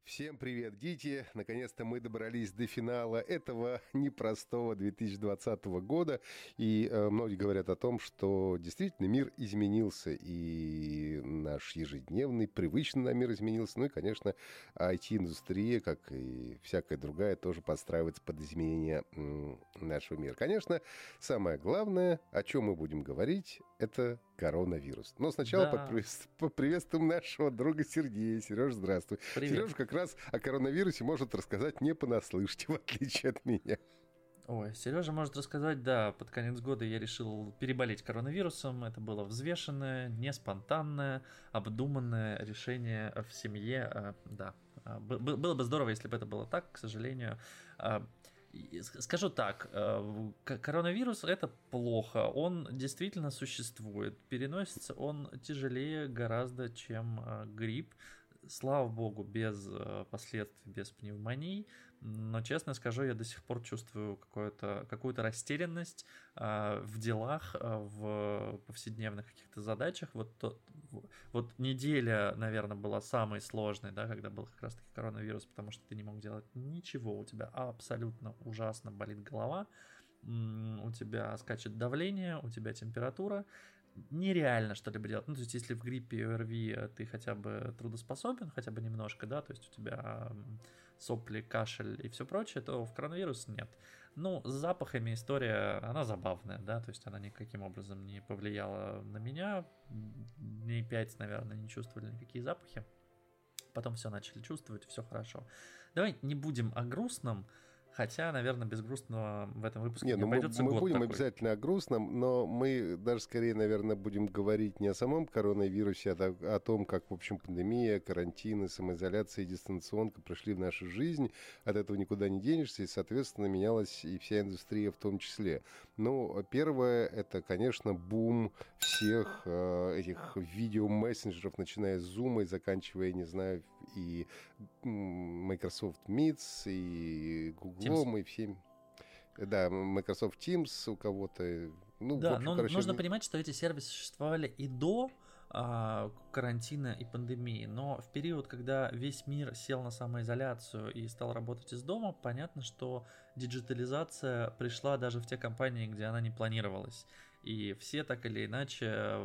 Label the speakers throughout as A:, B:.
A: Всем привет, дети! Наконец-то мы добрались до финала этого непростого 2020 года. И многие говорят о том, что действительно мир изменился. И наш ежедневный, привычный нам мир изменился. Ну и, конечно, IT-индустрия, как и всякая другая, тоже подстраивается под изменения нашего мира. Конечно, самое главное, о чем мы будем говорить, это коронавирус. Но сначала поприветствуем нашего друга Сергея. Сереж, здравствуй.
B: Привет.
A: Сережа как раз о коронавирусе может рассказать не понаслышке, в отличие от меня.
B: Ой, Сережа может рассказать, под конец года я решил переболеть коронавирусом. Это было взвешенное, не спонтанное, обдуманное решение в семье. Было бы здорово, если бы это было так, к сожалению. Скажу так, коронавирус это плохо, он действительно существует, переносится он тяжелее гораздо, чем грипп. Слава богу, без последствий, без пневмоний, но, честно скажу, я до сих пор чувствую какую-то растерянность в делах, в повседневных каких-то задачах. Вот неделя, наверное, была самой сложной, когда был как раз-таки коронавирус, потому что ты не мог делать ничего, у тебя абсолютно ужасно болит голова, у тебя скачет давление, у тебя температура. Нереально что-либо делать. Ну, то есть, если в гриппе и ОРВИ ты хотя бы трудоспособен, хотя бы немножко, то есть у тебя сопли, кашель и все прочее, то в коронавирус нет. Ну, с запахами история, она забавная, то есть она никаким образом не повлияла на меня. Дней 5, наверное, не чувствовали никакие запахи. Потом все начали чувствовать, все хорошо. Давай не будем о грустном. Хотя, наверное, без грустного в этом выпуске не обойдется год.
A: Мы будем
B: такой.
A: обязательно о грустном, но мы даже скорее, наверное, будем говорить не о самом коронавирусе, а о том, как, в общем, пандемия, карантины, самоизоляция и дистанционка пришли в нашу жизнь. От этого никуда не денешься, и, соответственно, менялась и вся индустрия в том числе. Ну, первое, это, конечно, бум всех этих видеомессенджеров, начиная с Zoom и заканчивая, не знаю, и Microsoft Meets, и Google, и всем. Да, Microsoft Teams у кого-то. Ну,
B: да,
A: в общем,
B: но нужно понимать, что эти сервисы существовали и до карантина и пандемии, но в период, когда весь мир сел на самоизоляцию и стал работать из дома, понятно, что диджитализация пришла даже в те компании, где она не планировалась. И все так или иначе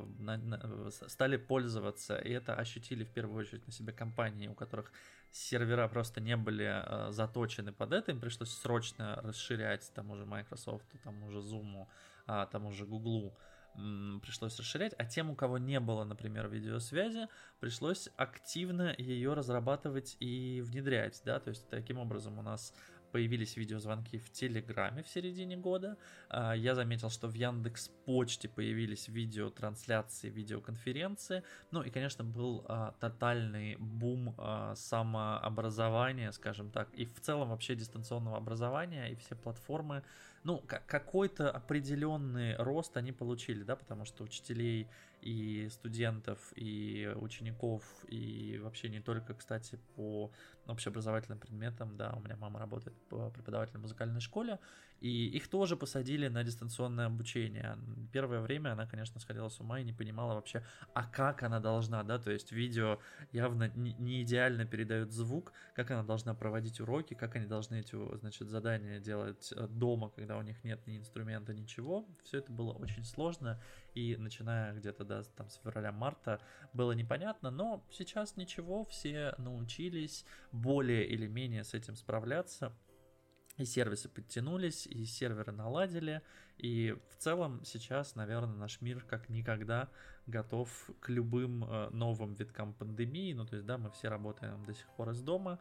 B: стали пользоваться, и это ощутили в первую очередь на себе компании, у которых сервера просто не были заточены под это, им пришлось срочно расширять тому же Microsoft, тому же Zoom, тому же Google, пришлось расширять, а тем, у кого не было, например, видеосвязи, пришлось активно ее разрабатывать и внедрять, то есть таким образом у нас появились видеозвонки в Телеграме в середине года. Я заметил, что в Яндекс.Почте появились видеотрансляции, видеоконференции. Ну и, конечно, был тотальный бум самообразования, скажем так, и в целом вообще дистанционного образования, и все платформы. Ну, какой-то определенный рост они получили, потому что учителей и студентов, и учеников, и вообще не только, кстати, по общеобразовательным предметам, у меня мама работает преподавателем в музыкальной школе, и их тоже посадили на дистанционное обучение. Первое время она, конечно, сходила с ума и не понимала вообще, как она должна, то есть видео явно не идеально передает звук, как она должна проводить уроки, как они должны эти, задания делать дома, когда у них нет ни инструмента, ничего. Все это было очень сложно, и начиная где-то, с февраля-марта было непонятно, но сейчас ничего, все научились более или менее с этим справляться. И сервисы подтянулись, и серверы наладили, и в целом сейчас, наверное, наш мир как никогда готов к любым новым виткам пандемии, то есть, мы все работаем до сих пор из дома,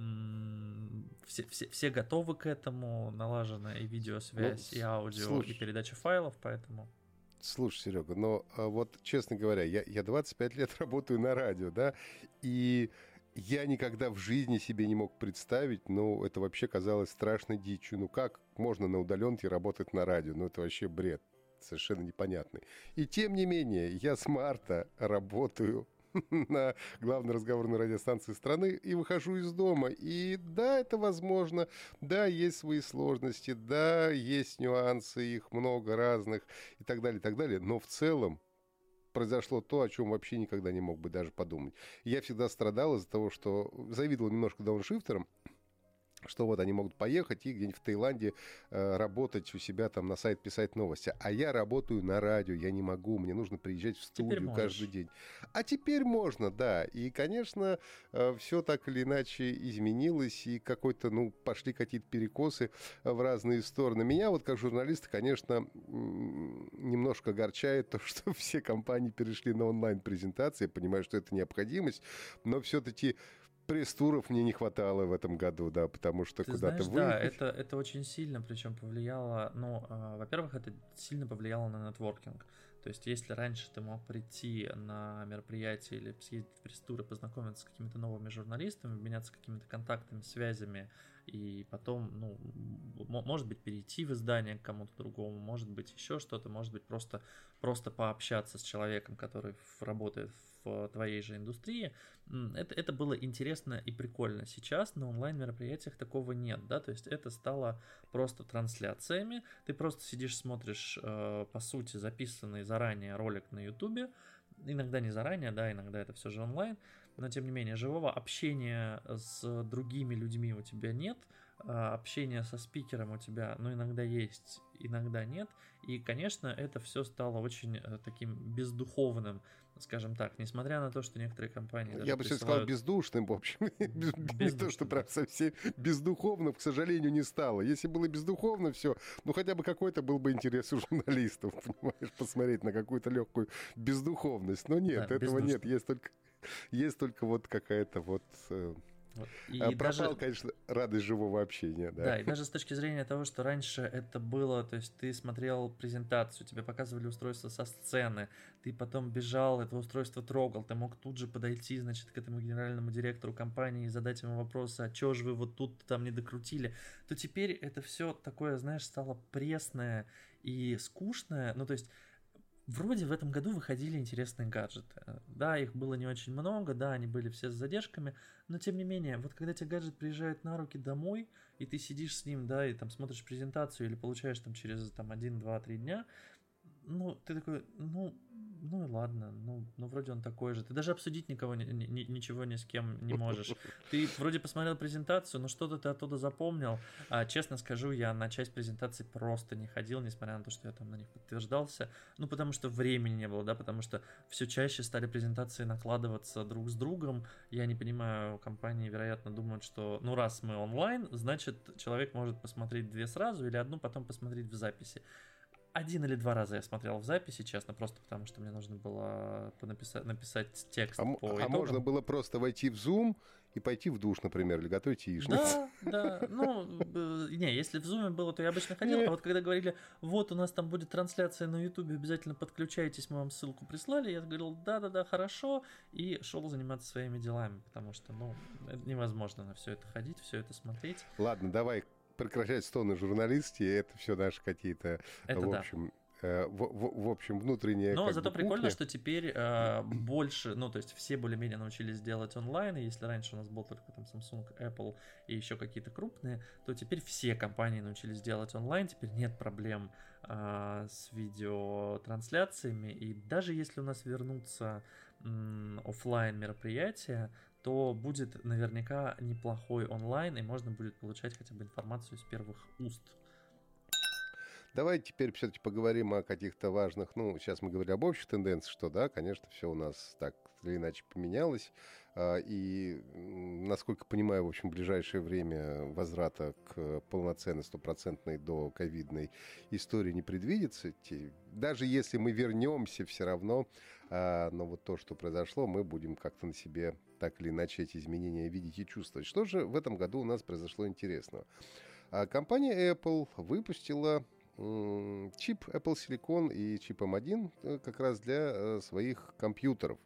B: все готовы к этому, налажена и видеосвязь, и аудио, и передача файлов, поэтому...
A: Слушай, Серега, но вот, честно говоря, я 25 лет работаю на радио, и... Я никогда в жизни себе не мог представить, это вообще казалось страшной дичью. Как можно на удаленке работать на радио? Это вообще бред, совершенно непонятный. И тем не менее, я с марта работаю на главной разговорной радиостанции страны и выхожу из дома. И да, это возможно, да, есть свои сложности, да, есть нюансы, их много разных и так далее, но в целом произошло то, о чем вообще никогда не мог бы даже подумать. Я всегда страдал из-за того, что завидовал немножко дауншифтерам, что вот они могут поехать и где-нибудь в Таиланде работать у себя там на сайт, писать новости. А я работаю на радио, я не могу, мне нужно приезжать в студию каждый день. А теперь можно, да. И, конечно, все так или иначе изменилось, и какой-то, пошли какие-то перекосы в разные стороны. Меня вот как журналиста, конечно, немножко огорчает то, что все компании перешли на онлайн-презентации. Я понимаю, что это необходимость, но все-таки пресс-туров мне не хватало в этом году, да, потому что
B: Ты
A: куда-то
B: знаешь,
A: выехать.
B: да, это очень сильно, причем повлияло, во-первых, это сильно повлияло на нетворкинг. То есть, если раньше ты мог прийти на мероприятие или съездить в пресс-тур и познакомиться с какими-то новыми журналистами, обменяться какими-то контактами, связями, и потом, может быть, перейти в издание к кому-то другому, может быть, еще что-то, может быть, просто пообщаться с человеком, который работает в твоей же индустрии, это было интересно и прикольно. Сейчас на онлайн-мероприятиях такого нет, да, то есть это стало просто трансляциями, ты просто сидишь, смотришь, по сути, записанный заранее ролик на ютубе, иногда не заранее, да, иногда это все же онлайн, но тем не менее, живого общения с другими людьми у тебя нет, общение со спикером у тебя, иногда есть, иногда нет, и, конечно, это все стало очень таким бездуховным, скажем так, несмотря на то, что некоторые компании даже
A: Я бы все сказал бездушным, в общем. Не то, что прям совсем бездуховным, к сожалению, не стало. Если было бездуховно все, хотя бы какой-то был бы интерес у журналистов, понимаешь, посмотреть на какую-то легкую бездуховность. Но нет, этого нет. Есть только вот какая-то вот... И пропал, конечно, радость живого общения.
B: Да, и даже с точки зрения того, что раньше это было, то есть ты смотрел презентацию, тебе показывали устройство со сцены, ты потом бежал, это устройство трогал, ты мог тут же подойти, значит, к этому генеральному директору компании и задать ему вопрос, а чё же вы вот тут там не докрутили, то теперь это все такое, знаешь, стало пресное и скучное, то есть вроде в этом году выходили интересные гаджеты. Да, их было не очень много, да, они были все с задержками, но тем не менее, вот когда тебе гаджет приезжает на руки домой, и ты сидишь с ним, да, и там смотришь презентацию или получаешь там через 1, 2, 3 дня, ты такой, и ладно, вроде он такой же. Ты даже обсудить ничего ни с кем не можешь. Ты вроде посмотрел презентацию, но что-то ты оттуда запомнил. Честно скажу, я на часть презентаций просто не ходил, несмотря на то, что я там на них подтверждался. Потому что времени не было, да, потому что все чаще стали презентации накладываться друг с другом. Я не понимаю, компании, вероятно, думают, что, раз мы онлайн, значит, человек может посмотреть 2 сразу или одну потом посмотреть в записи. 1 или 2 раза я смотрел в записи, честно, просто потому что мне нужно было написать текст по итогам.
A: А можно было просто войти в Zoom и пойти в душ, например, или готовить яичницу.
B: Да. Не, если в Zoom было, то я обычно ходил, а вот когда говорили, вот у нас там будет трансляция на YouTube, обязательно подключайтесь, мы вам ссылку прислали, я говорил, да, хорошо, и шел заниматься своими делами, потому что, невозможно на все это ходить, все это смотреть.
A: Ладно, давай прекращать стоны журналистики, это все наши какие-то, в общем, внутренние.
B: Но зато прикольно, что теперь больше, то есть все более-менее научились делать онлайн, и если раньше у нас был только там Samsung, Apple и еще какие-то крупные, то теперь все компании научились делать онлайн, теперь нет проблем с видеотрансляциями, и даже если у нас вернутся офлайн мероприятия, то будет наверняка неплохой онлайн, и можно будет получать хотя бы информацию из первых уст.
A: Давайте теперь все-таки поговорим о каких-то важных, сейчас мы говорили об общих тенденциях, что, да, конечно, все у нас так или иначе поменялось, и, насколько понимаю, в общем, в ближайшее время возврата к полноценной, стопроцентной до ковидной истории не предвидится. Даже если мы вернемся, все равно, но вот то, что произошло, мы будем как-то на себе так или иначе эти изменения видеть и чувствовать. Что же в этом году у нас произошло интересного? Компания Apple выпустила чип Apple Silicon и чип M1 как раз для своих компьютеров.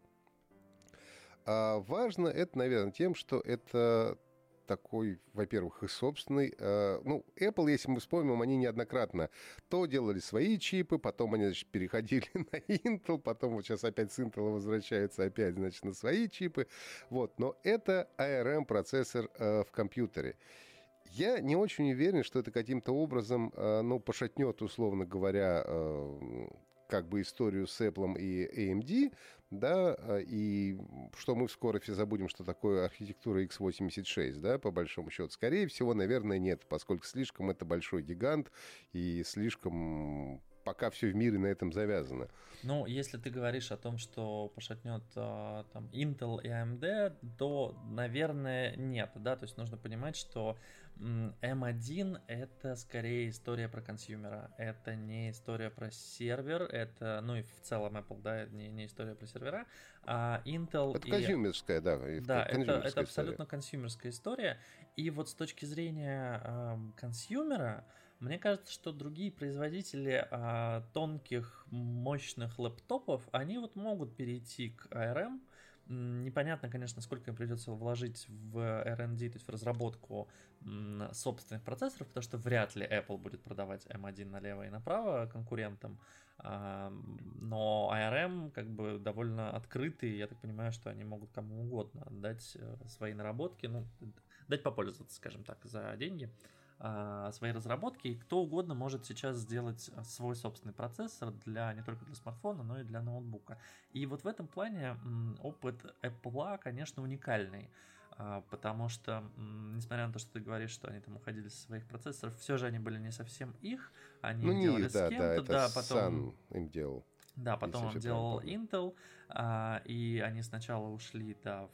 A: Важно это, наверное, тем, что это такой, во-первых, и собственный. Apple, если мы вспомним, они неоднократно то делали свои чипы, потом они, значит, переходили на Intel, потом вот сейчас опять с Intel возвращаются опять, значит, на свои чипы. Вот. Но это ARM-процессор в компьютере. Я не очень уверен, что это каким-то образом, пошатнет, условно говоря, как бы историю с Apple и AMD, да, и что мы скоро все забудем, что такое архитектура x86, да, по большому счету. Скорее всего, наверное, нет, поскольку слишком это большой гигант и слишком пока все в мире на этом завязано.
B: Ну, если ты говоришь о том, что пошатнет там Intel и AMD, то, наверное, нет, да, то есть нужно понимать, что M1 это скорее история про консюмера, это не история про сервер, это, ну и в целом Apple, да, не история про сервера, а Intel
A: это консюмерская, да,
B: да, это
A: история.
B: абсолютно консюмерская история, и вот с точки зрения консюмера, мне кажется, что другие производители тонких, мощных лэптопов, они вот могут перейти к ARM. Непонятно, конечно, сколько им придется вложить в R&D, то есть в разработку собственных процессоров, потому что вряд ли Apple будет продавать M1 налево и направо конкурентам. Но ARM как бы довольно открытый, я так понимаю, что они могут кому угодно дать свои наработки, ну, дать попользоваться, скажем так, за деньги. Свои разработки, и кто угодно может сейчас сделать свой собственный процессор для не только для смартфона, но и для ноутбука. И вот в этом плане опыт Apple, конечно, уникальный, потому что, несмотря на то, что ты говоришь, что они там уходили со своих процессоров, все же они были не совсем их, они
A: Ну,
B: делали
A: не,
B: с
A: да,
B: кем-то,
A: это
B: да, потом...
A: Sun им делал.
B: Да, потом он
A: Если
B: делал Intel, и они сначала ушли, да,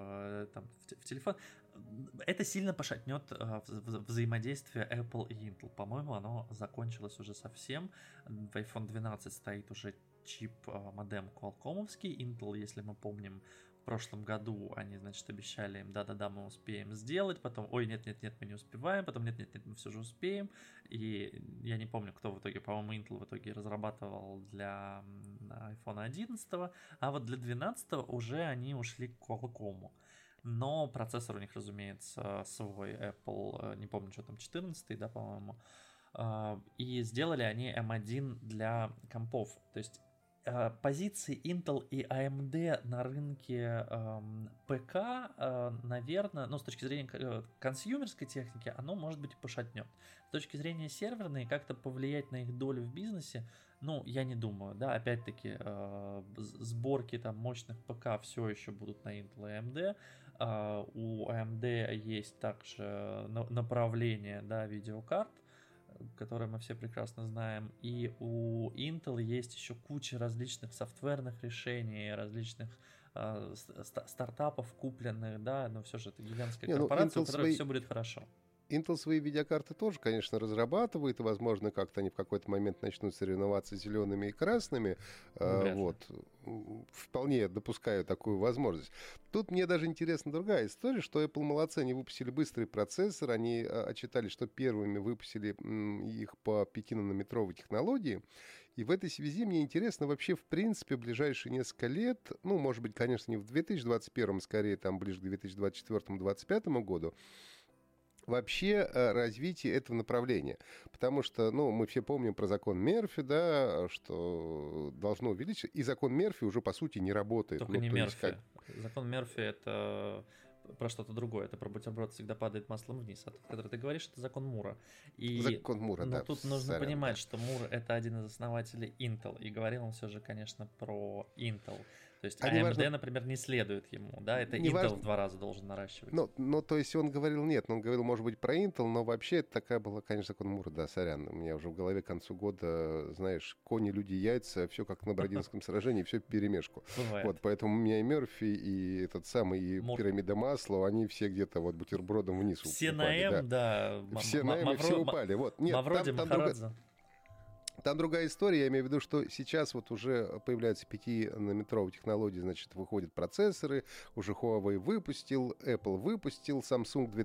B: в телефон. Это сильно пошатнет взаимодействие Apple и Intel. По-моему, оно закончилось уже совсем. В iPhone 12 стоит уже чип модем Qualcomm'овский. Intel, если мы помним, в прошлом году они, значит, обещали им, да-да-да, мы успеем сделать, потом, ой, нет-нет-нет, мы не успеваем, потом, нет-нет-нет, мы все же успеем, и я не помню, кто в итоге, по-моему, Intel в итоге разрабатывал для iPhone 11, а вот для 12 уже они ушли к Qualcomm. Но процессор у них, разумеется, свой Apple, не помню, что там, 14, да, по-моему, и сделали они M1 для компов, то есть позиции Intel и AMD на рынке ПК, наверное, ну, с точки зрения консюмерской техники, оно, может быть, и пошатнет. С точки зрения серверной, как-то повлиять на их долю в бизнесе, ну, я не думаю, да, опять-таки, сборки там мощных ПК все еще будут на Intel и AMD, у AMD есть также направление, да, видеокарт, которые мы все прекрасно знаем, и у Intel есть еще куча различных софтверных решений, различных стартапов купленных, да, но все же это гигантская корпорация, у которой все будет хорошо.
A: Intel свои видеокарты тоже, конечно, разрабатывает, и, возможно, как-то они в какой-то момент начнут соревноваться с зелеными и красными. Вот. Вполне допускаю такую возможность. Тут мне даже интересна другая история, что Apple молодцы, они выпустили быстрый процессор, они отчитали, что первыми выпустили их по 5-нанометровой технологии. И в этой связи мне интересно вообще, в принципе, в ближайшие несколько лет, ну, может быть, конечно, не в 2021, скорее, там, ближе к 2024-2025 году, вообще развитие этого направления. Потому что, ну, мы все помним про закон Мерфи, да, что должно увеличиться. И закон Мерфи уже, по сути, не работает.
B: Только не Мерфи. Закон Мерфи — это про что-то другое. Это про бутерброд всегда падает маслом вниз. А тот, который ты говоришь, это закон Мура. И,
A: закон Мура, да.
B: Тут нужно понимать, что Мур — это один из основателей Intel. И говорил он все же, конечно, про Intel. То есть AMD, например, не следует ему, да, это Intel в 2 раза должен наращивать.
A: Ну, то есть он говорил нет, он говорил, может быть, про Intel, но вообще это такая была, конечно, закон Мура, да, сорян. У меня уже в голове к концу года, знаешь, кони, люди, яйца, все как на Бородинском сражении, все перемешку. Вот, поэтому у меня и Мерфи, и этот самый, и пирамида Маслоу, они все где-то вот бутербродом вниз упали.
B: Все на М, да.
A: Все на М, и все упали. Вот, нет,
B: Мавроди, Махарадзе.
A: Там другая история, я имею в виду, что сейчас вот уже появляются 5-нанометровые технологии, значит, выходят процессоры, уже Huawei выпустил, Apple выпустил, Samsung к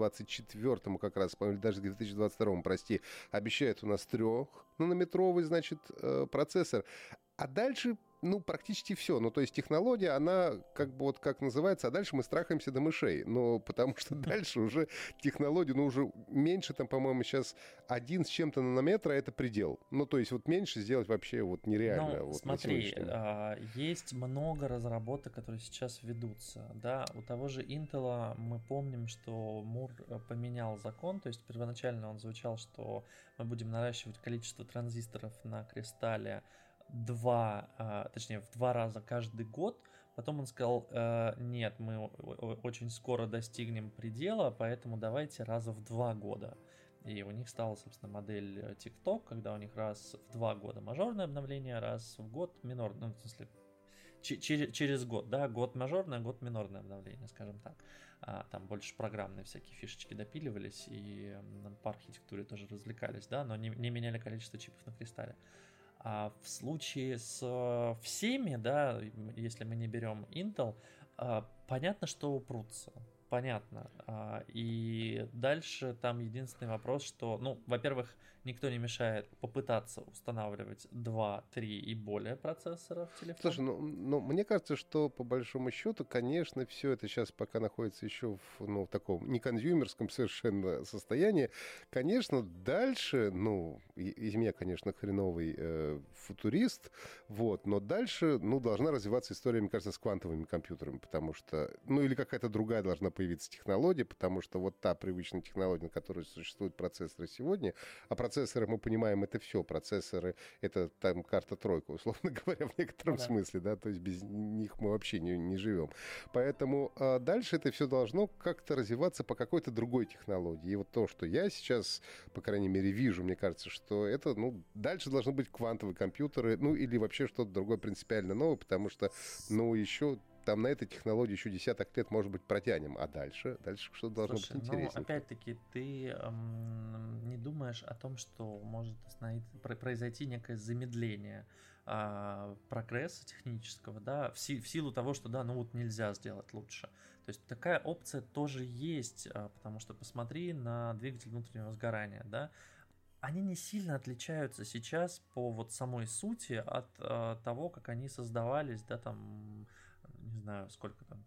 A: 2024 как раз, по-моему, даже к 2022, прости, обещает у нас 3-нанометровый, значит, процессор. А дальше, ну, практически все. Ну, то есть технология, она как бы вот как называется, а дальше мы страхаемся до мышей. Ну, потому что дальше уже технология, ну, уже меньше там, по-моему, сейчас 1 с чем-то нанометра — это предел. Ну, то есть вот меньше сделать вообще вот нереально.
B: Ну,
A: вот
B: смотри, есть много разработок, которые сейчас ведутся. Да, у того же Intel мы помним, что Мур поменял закон, то есть первоначально он звучал, что мы будем наращивать количество транзисторов на кристалле точнее, в 2 раза каждый год. Потом он сказал, нет, мы очень скоро достигнем предела, поэтому давайте раза в 2 года. И у них стала, собственно, модель TikTok, когда у них раз в 2 года мажорное обновление, раз в год минорное, ну, в смысле, через год, да, год мажорное, год минорное обновление, скажем так. Там больше программные всякие фишечки допиливались, и по архитектуре тоже развлекались, да, но не меняли количество чипов на кристалле. А в случае с всеми, да, если мы не берем Intel, понятно, что упрутся. Понятно. И дальше там единственный вопрос, что, ну, во-первых, никто не мешает попытаться устанавливать 2, 3 и более процессоров в телефон.
A: Слушай, ну, мне кажется, что по большому счету, конечно, все это сейчас пока находится еще в таком не консюмерском совершенно состоянии. Конечно, дальше, ну, из меня, конечно, хреновый футурист, вот, но дальше, ну, должна развиваться история, мне кажется, с квантовыми компьютерами, потому что, ну, или какая-то другая должна появиться технология, потому что вот та привычная технология, на которой существуют процессоры сегодня, а процессоры, мы понимаем, это все, процессоры, это там карта-тройка, условно говоря, в некотором смысле, да, то есть без них мы вообще не живем. Поэтому дальше это все должно как-то развиваться по какой-то другой технологии. И вот то, что я сейчас, по крайней мере, вижу, мне кажется, что это, ну, дальше должны быть квантовые компьютеры, ну, или вообще что-то другое принципиально новое, потому что, ну, еще там на этой технологии еще десяток лет, может быть, протянем, а дальше что-то должно быть интереснее.
B: Ну, опять-таки, ты не думаешь о том, что может произойти некое замедление прогресса технического, да, в силу того, что, да, ну вот нельзя сделать лучше. То есть такая опция тоже есть, потому что посмотри на двигатель внутреннего сгорания, да, они не сильно отличаются сейчас по вот самой сути от того, как они создавались, да, там, не знаю, сколько там,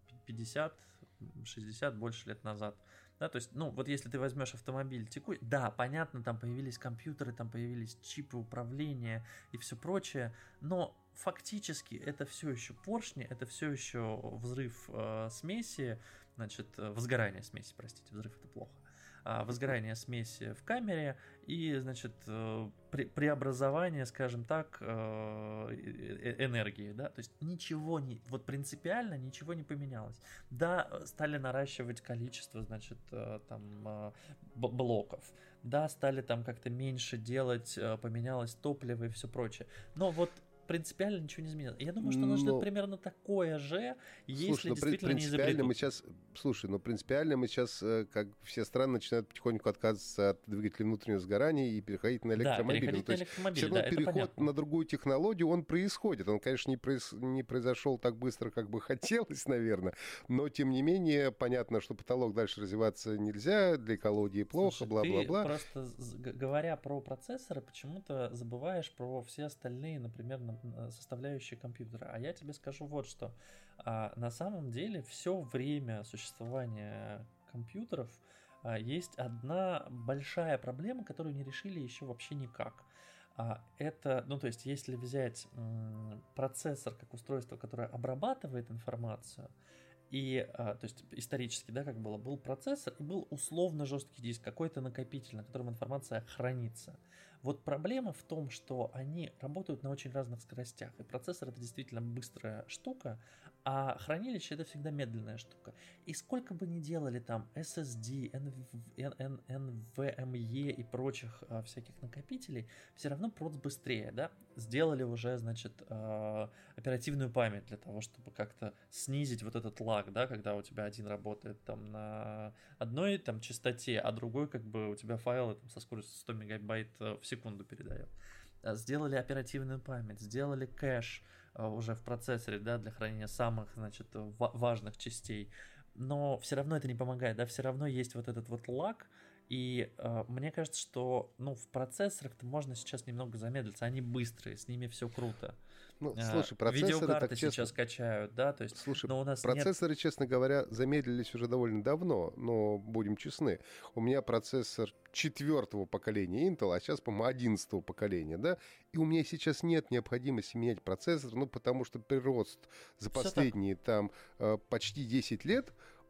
B: 50-60, больше лет назад. Да, то есть, ну, вот если ты возьмешь автомобиль текущий, да, понятно, там появились компьютеры, там появились чипы управления и все прочее, но фактически это все еще поршни, это все еще взрыв смеси, значит, возгорание смеси, простите, взрыв это плохо. Возгорание смеси в камере и, значит, преобразование, скажем так, энергии, да, то есть ничего не, вот принципиально ничего не поменялось. Да, стали наращивать количество, значит, там, блоков, да, стали там как-то меньше делать, поменялось топливо и все прочее, но вот принципиально ничего не изменилось. Я думаю, что нас ждет примерно такое же, если действительно не изобретут.
A: Принципиально мы сейчас, как все страны, начинают потихоньку отказываться от двигателей внутреннего сгорания и переходить на электромобили.
B: Да, переходить на электромобили,
A: да, переход на другую технологию, он происходит. Он, конечно, не произошел так быстро, как бы хотелось, наверное, но, тем не менее, понятно, что потолок дальше развиваться нельзя, для экологии плохо, бла-бла-бла.
B: Ты просто, говоря про процессоры, почему-то забываешь про все остальные, например, составляющие компьютера. А я тебе скажу вот что. На самом деле все время существования компьютеров есть одна большая проблема, которую не решили еще вообще никак. Это, ну то есть, если взять процессор как устройство, которое обрабатывает информацию, и, то есть, исторически, да, как было, был процессор и был условно жесткий диск, какой-то накопитель, на котором информация хранится. Вот проблема в том, что они работают на очень разных скоростях, и процессор это действительно быстрая штука, а хранилище это всегда медленная штука. И сколько бы ни делали там SSD, NVMe и прочих всяких накопителей, все равно проц быстрее, да? Сделали уже, значит, оперативную память для того, чтобы как-то снизить вот этот лаг, да, когда у тебя один работает там на одной там частоте, а другой как бы у тебя файлы там со скоростью 100 мегабайт в секунду передает. Сделали оперативную память, сделали кэш уже в процессоре, да, для хранения самых, значит, важных частей, но все равно это не помогает, да, все равно есть вот этот вот лаг, и мне кажется, что, ну, в процессорах-то можно сейчас немного замедлиться, они быстрые, с ними все круто.
A: Ну, слушай, процессоры
B: видеокарты
A: так, честно,
B: сейчас качают, да, то есть,
A: слушай,
B: но у нас
A: процессоры, честно говоря, замедлились уже довольно давно, но будем честны. У меня процессор 4-го поколения Intel, а сейчас, по-моему, 11-го поколения, да, и у меня сейчас нет необходимости менять процессор, ну, потому что прирост за последние там почти 10 лет,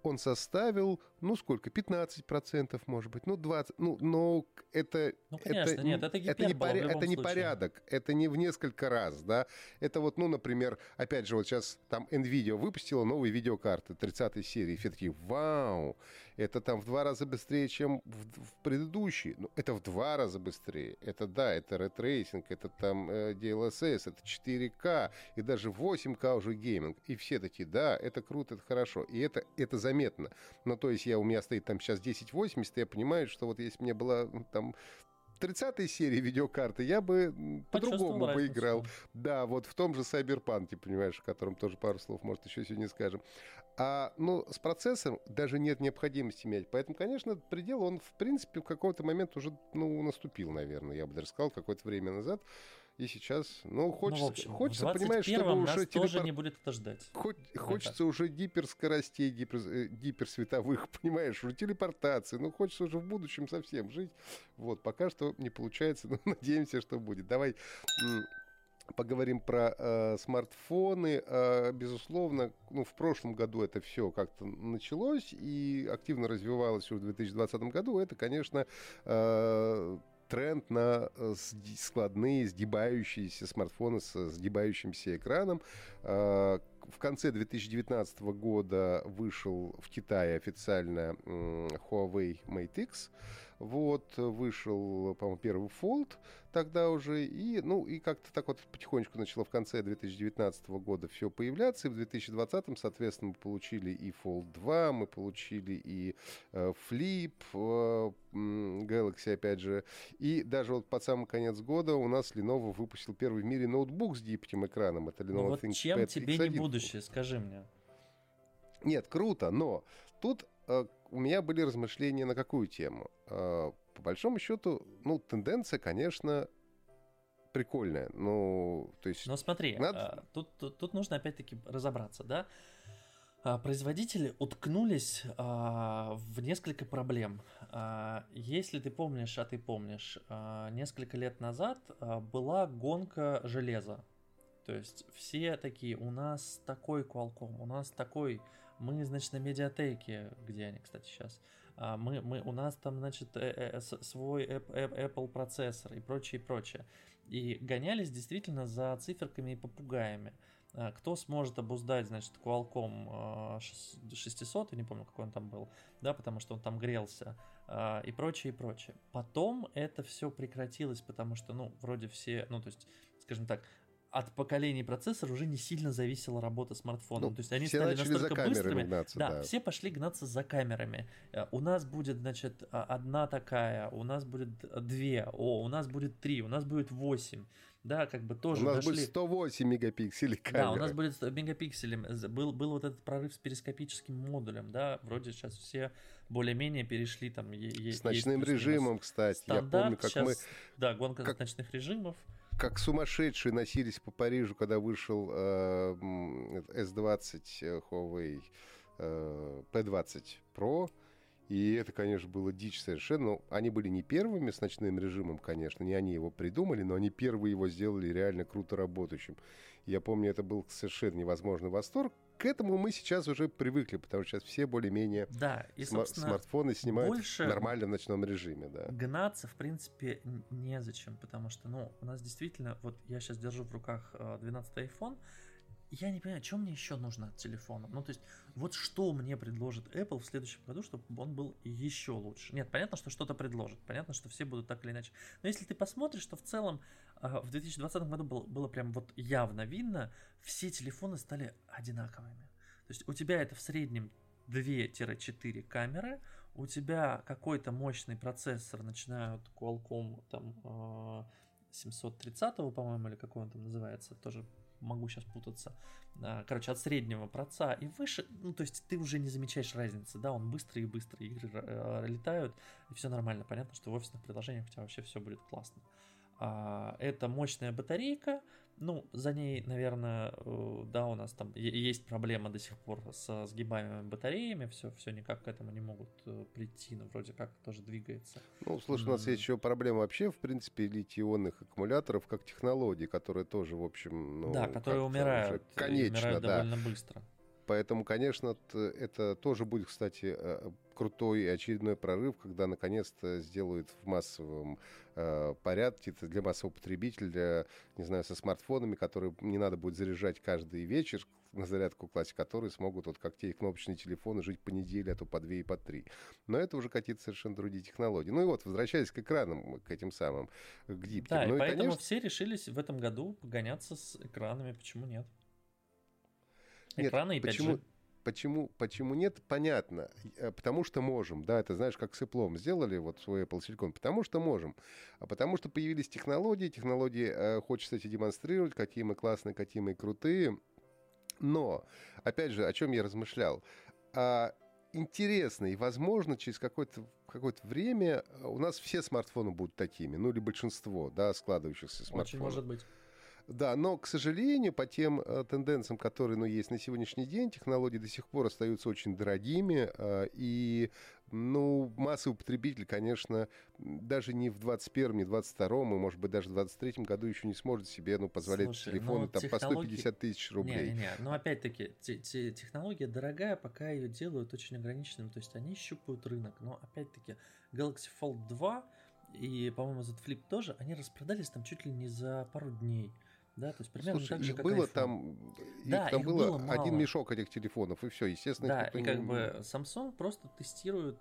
A: он составил, ну, сколько, 15%, может быть, ну, 20%, ну, но это...
B: Ну, конечно,
A: это,
B: нет, это
A: это не,
B: гипербола в любом
A: это не
B: случае.
A: порядок, это не в несколько раз, да. Это вот, ну, например, опять же, вот сейчас там NVIDIA выпустила новые видеокарты 30-й серии, все такие, вау, это там в 2 раза быстрее, чем в предыдущей. Ну, это в 2 раза быстрее. Это, да, это рейтрейсинг, это там DLSS, это 4К, и даже 8К уже гейминг. И все такие, да, это круто, это хорошо. И это заметно. Ну, то есть у меня стоит там сейчас 1080, и я понимаю, что вот если мне была там 30-й серии видеокарты, я бы по-другому бы играл. Да, вот в том же Cyberpunk, понимаешь, о котором тоже пару слов, может, еще сегодня скажем. Ну, с процессором даже нет необходимости менять. Поэтому, конечно, предел, он, в принципе, в какой-то момент уже, ну, наступил, наверное. Я бы даже сказал, какое-то время назад. И сейчас, ну, хочется, понимаешь, чтобы
B: уже
A: нас
B: тоже не будет это ждать.
A: Хочется уже гиперскоростей, гиперсветовых, понимаешь, уже телепортации. Ну, хочется уже в будущем совсем жить. Вот, пока что не получается, но надеемся, что будет. Давай поговорим про смартфоны. Безусловно, ну, в прошлом году это все как-то началось и активно развивалось уже в 2020 году. Это, конечно, тренд на складные, сгибающиеся смартфоны с сгибающимся экраном. В конце 2019 года вышел в Китае официально Huawei Mate X. Вот, вышел, по-моему, первый Fold тогда уже. И, ну, и как-то так вот потихонечку начало в конце 2019 года все появляться. И в 2020, соответственно, мы получили и Fold 2, мы получили и Flip, Galaxy, опять же. И даже вот под самый конец года у нас Lenovo выпустил первый в мире ноутбук с гибким экраном. Это Lenovo
B: вот
A: ThinkPad
B: чем тебе
A: X1.
B: не будущее, скажи мне.
A: Нет, круто, но тут у меня были размышления на какую тему. По большому счету, ну, тенденция, конечно, прикольная. Ну, то есть...
B: Но смотри, тут нужно опять-таки разобраться, да? Производители уткнулись в несколько проблем. Если ты помнишь, а ты помнишь, несколько лет назад была гонка железа. То есть все такие, у нас такой Qualcomm, у нас такой, мы, значит, на медиатеке, где они, кстати, сейчас, у нас там, значит, свой Apple процессор и прочее, прочее. И гонялись действительно за циферками и попугаями. Кто сможет обуздать, значит, Qualcomm 600, я не помню, какой он там был, да, потому что он там грелся, и прочее, и прочее. Потом это все прекратилось, потому что, ну, вроде все, ну, то есть, скажем так, от поколений процессора уже не сильно зависела работа смартфона.
A: Ну,
B: то есть они стали настолько быстрыми.
A: Гнаться,
B: да, все пошли гнаться за камерами. У нас будет, значит, одна такая, у нас будет 2, у нас будет 3, у нас будет 8. Да, как бы тоже
A: у нас будет 108 мегапикселей камеры.
B: Да, у нас будет 100 мегапикселей. Был вот этот прорыв с перископическим модулем, да, вроде сейчас все более-менее перешли там.
A: С ночным режимом, кстати.
B: Стандарт,
A: я помню, как
B: сейчас,
A: мы...
B: Да, гонка ночных режимов.
A: Как сумасшедшие носились по Парижу, когда вышел S20 Huawei P20 Pro. И это, конечно, было дичь совершенно. Но они были не первыми с ночным режимом, конечно. Не они его придумали, но они первые его сделали реально круто работающим. Я помню, это был совершенно невозможный восторг. К этому мы сейчас уже привыкли, потому что сейчас все более-менее смартфоны снимают нормально в ночном режиме. Да.
B: Гнаться, в принципе, незачем, потому что, ну, у нас действительно, вот я сейчас держу в руках 12-й iPhone, я не понимаю, что мне еще нужно от телефона. Ну, то есть, вот что мне предложит Apple в следующем году, чтобы он был еще лучше. Нет, понятно, что что-то предложит. Понятно, что все будут так или иначе. Но если ты посмотришь, то в целом в 2020 году было прям вот явно видно, все телефоны стали одинаковыми. То есть, у тебя это в среднем 2-4 камеры, у тебя какой-то мощный процессор, начиная от Qualcomm там 730, по-моему, или какой он там называется, тоже могу сейчас путаться. Короче, от среднего проца и выше, ну, то есть ты уже не замечаешь разницы, да, он быстрый и быстрый, игры летают, и все нормально. Понятно, что в офисных приложениях у тебя вообще все будет классно. Это мощная батарейка, ну, за ней, наверное, да, у нас там есть проблема до сих пор со сгибаемыми батареями, все никак к этому не могут прийти, но вроде как тоже двигается.
A: Ну, слушай, у нас есть еще проблема вообще, в принципе, литий-ионных аккумуляторов как технологии, которые тоже, в общем, ну,
B: да, которые умирают,
A: конечно,
B: умирают довольно быстро.
A: Поэтому, конечно, это тоже будет, кстати, крутой и очередной прорыв, когда наконец-то сделают в массовом порядке, это для массового потребителя, для, не знаю, со смартфонами, которые не надо будет заряжать каждый вечер, на зарядку класть, которые смогут, вот как те кнопочные телефоны, жить по неделе, а то по 2 и по 3. Но это уже какие-то совершенно другие технологии. Ну и вот, возвращаясь к экранам, к этим самым, к гибким.
B: Да,
A: ну
B: и поэтому
A: конечно...
B: все решились в этом году погоняться с экранами. Почему нет?
A: Нет,
B: Экраны и 5G.
A: Почему нет, понятно. Потому что можем. Да, это знаешь, как с Apple сделали вот свой Apple Silicon. Потому что можем. А потому что появились технологии. Технологии хочется эти демонстрировать, какие мы классные, какие мы крутые. Но, опять же, о чем я размышлял. Интересно и, возможно, через какое-то время у нас все смартфоны будут такими. Ну, или большинство, да, складывающихся смартфонов.
B: Очень может быть.
A: Да, но, к сожалению, по тем тенденциям, которые есть на сегодняшний день, технологии до сих пор остаются очень дорогими, и массовый потребитель, конечно, даже не в 21-м, не в 22-м, и, может быть, даже в 23-м году еще не сможет себе позволять телефоны там, по 150 тысяч рублей.
B: Не, но опять-таки, технология дорогая, пока ее делают очень ограниченным, то есть они щупают рынок, но опять-таки Galaxy Fold 2 и, по-моему, Z Flip тоже, они распродались там чуть ли не за пару дней. Да, то есть примерно
A: Слушай,
B: так же,
A: их
B: как
A: было
B: iPhone.
A: там
B: их
A: было
B: мало.
A: один мешок этих телефонов, и все, естественно.
B: Да, и как бы Samsung просто тестирует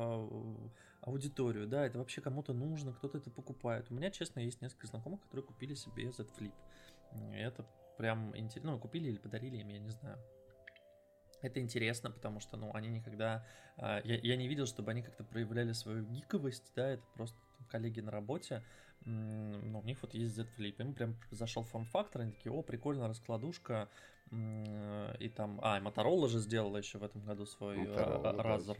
B: аудиторию, да, это вообще кому-то нужно, кто-то это покупает. У меня, честно, есть несколько знакомых, которые купили себе Z Flip. И это прям интересно, купили или подарили им, я не знаю. Это интересно, потому что, они никогда... Я не видел, чтобы они как-то проявляли свою гиковость, да, это просто коллеги на работе, у них вот есть Z Flip, им прям зашел форм-фактор, они такие, прикольно, раскладушка, и там... и Motorola же сделала еще в этом году свой Razer,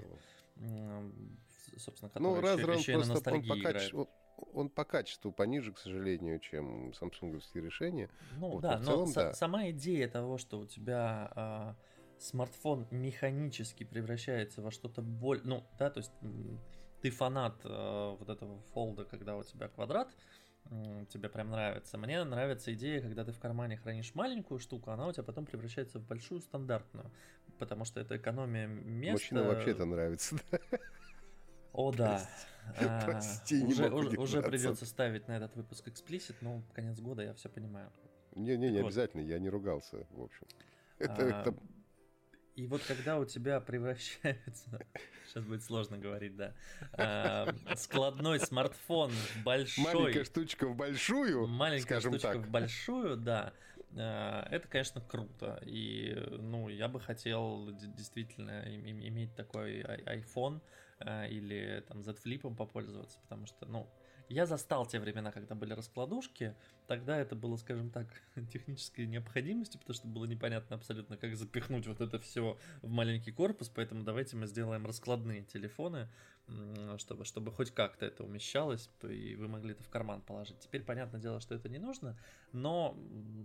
B: собственно, который еще и на ностальгии играет.
A: Он по качеству пониже, к сожалению, чем самсунговские решения.
B: Сама идея того, что у тебя... смартфон механически превращается во что-то более... то есть ты фанат вот этого фолда, когда у тебя квадрат, тебе прям нравится. Мне нравится идея, когда ты в кармане хранишь маленькую штуку, она у тебя потом превращается в большую стандартную, потому что это экономия места.
A: Мужчинам вообще это нравится, да?
B: О, да.
A: Прости,
B: уже придется ставить на этот выпуск эксплисит, но конец года, я все понимаю.
A: Не обязательно, я не ругался, в общем. Это...
B: И вот когда у тебя превращается, сейчас будет сложно говорить, да, складной смартфон в большой...
A: Маленькая штучка в большую, скажем так.
B: в большую, да, это, конечно, круто. И, я бы хотел действительно иметь такой iPhone или там Z Flip попользоваться, потому что, я застал те времена, когда были раскладушки. Тогда это было, скажем так, технической необходимостью, потому что было непонятно абсолютно, как запихнуть вот это все в маленький корпус. Поэтому давайте мы сделаем раскладные телефоны, чтобы хоть как-то это умещалось, и вы могли это в карман положить. Теперь понятное дело, что это не нужно, но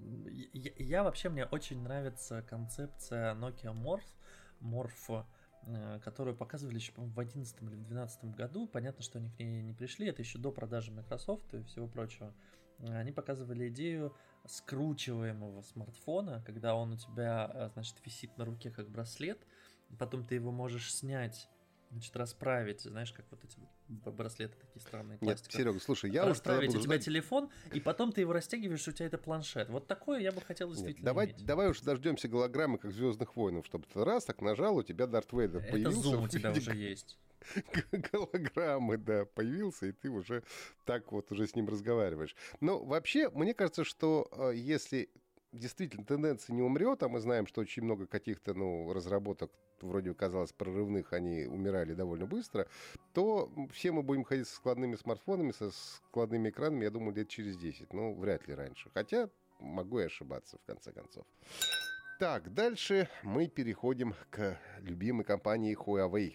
B: мне очень нравится концепция Nokia Morph, которую показывали еще, по-моему, в 2011 или в 2012 году. Понятно, что они к ней не пришли, это еще до продажи Microsoft и всего прочего. Они показывали идею скручиваемого смартфона, когда он у тебя, висит на руке как браслет, потом ты его можешь снять, расправить, знаешь, как вот эти браслеты такие странные, пластиковые.
A: Нет, Серега, слушай,
B: расправить у тебя телефон, и потом ты его растягиваешь, у тебя это планшет. Вот такое я бы хотел действительно иметь.
A: Давай уж дождемся голограммы, как в «Звездных войнах», чтобы ты раз так нажал, у тебя Дарт Вейдер появился.
B: Это зум у тебя уже есть.
A: Голограммы, да, появился, и ты уже так вот уже с ним разговариваешь. Но вообще, мне кажется, что если действительно тенденция не умрет, а мы знаем, что очень много каких-то разработок, вроде казалось прорывных, они умирали довольно быстро, то все мы будем ходить со складными смартфонами, со складными экранами, я думаю, лет через 10. Вряд ли раньше. Хотя могу и ошибаться, в конце концов. Так, дальше мы переходим к любимой компании Huawei.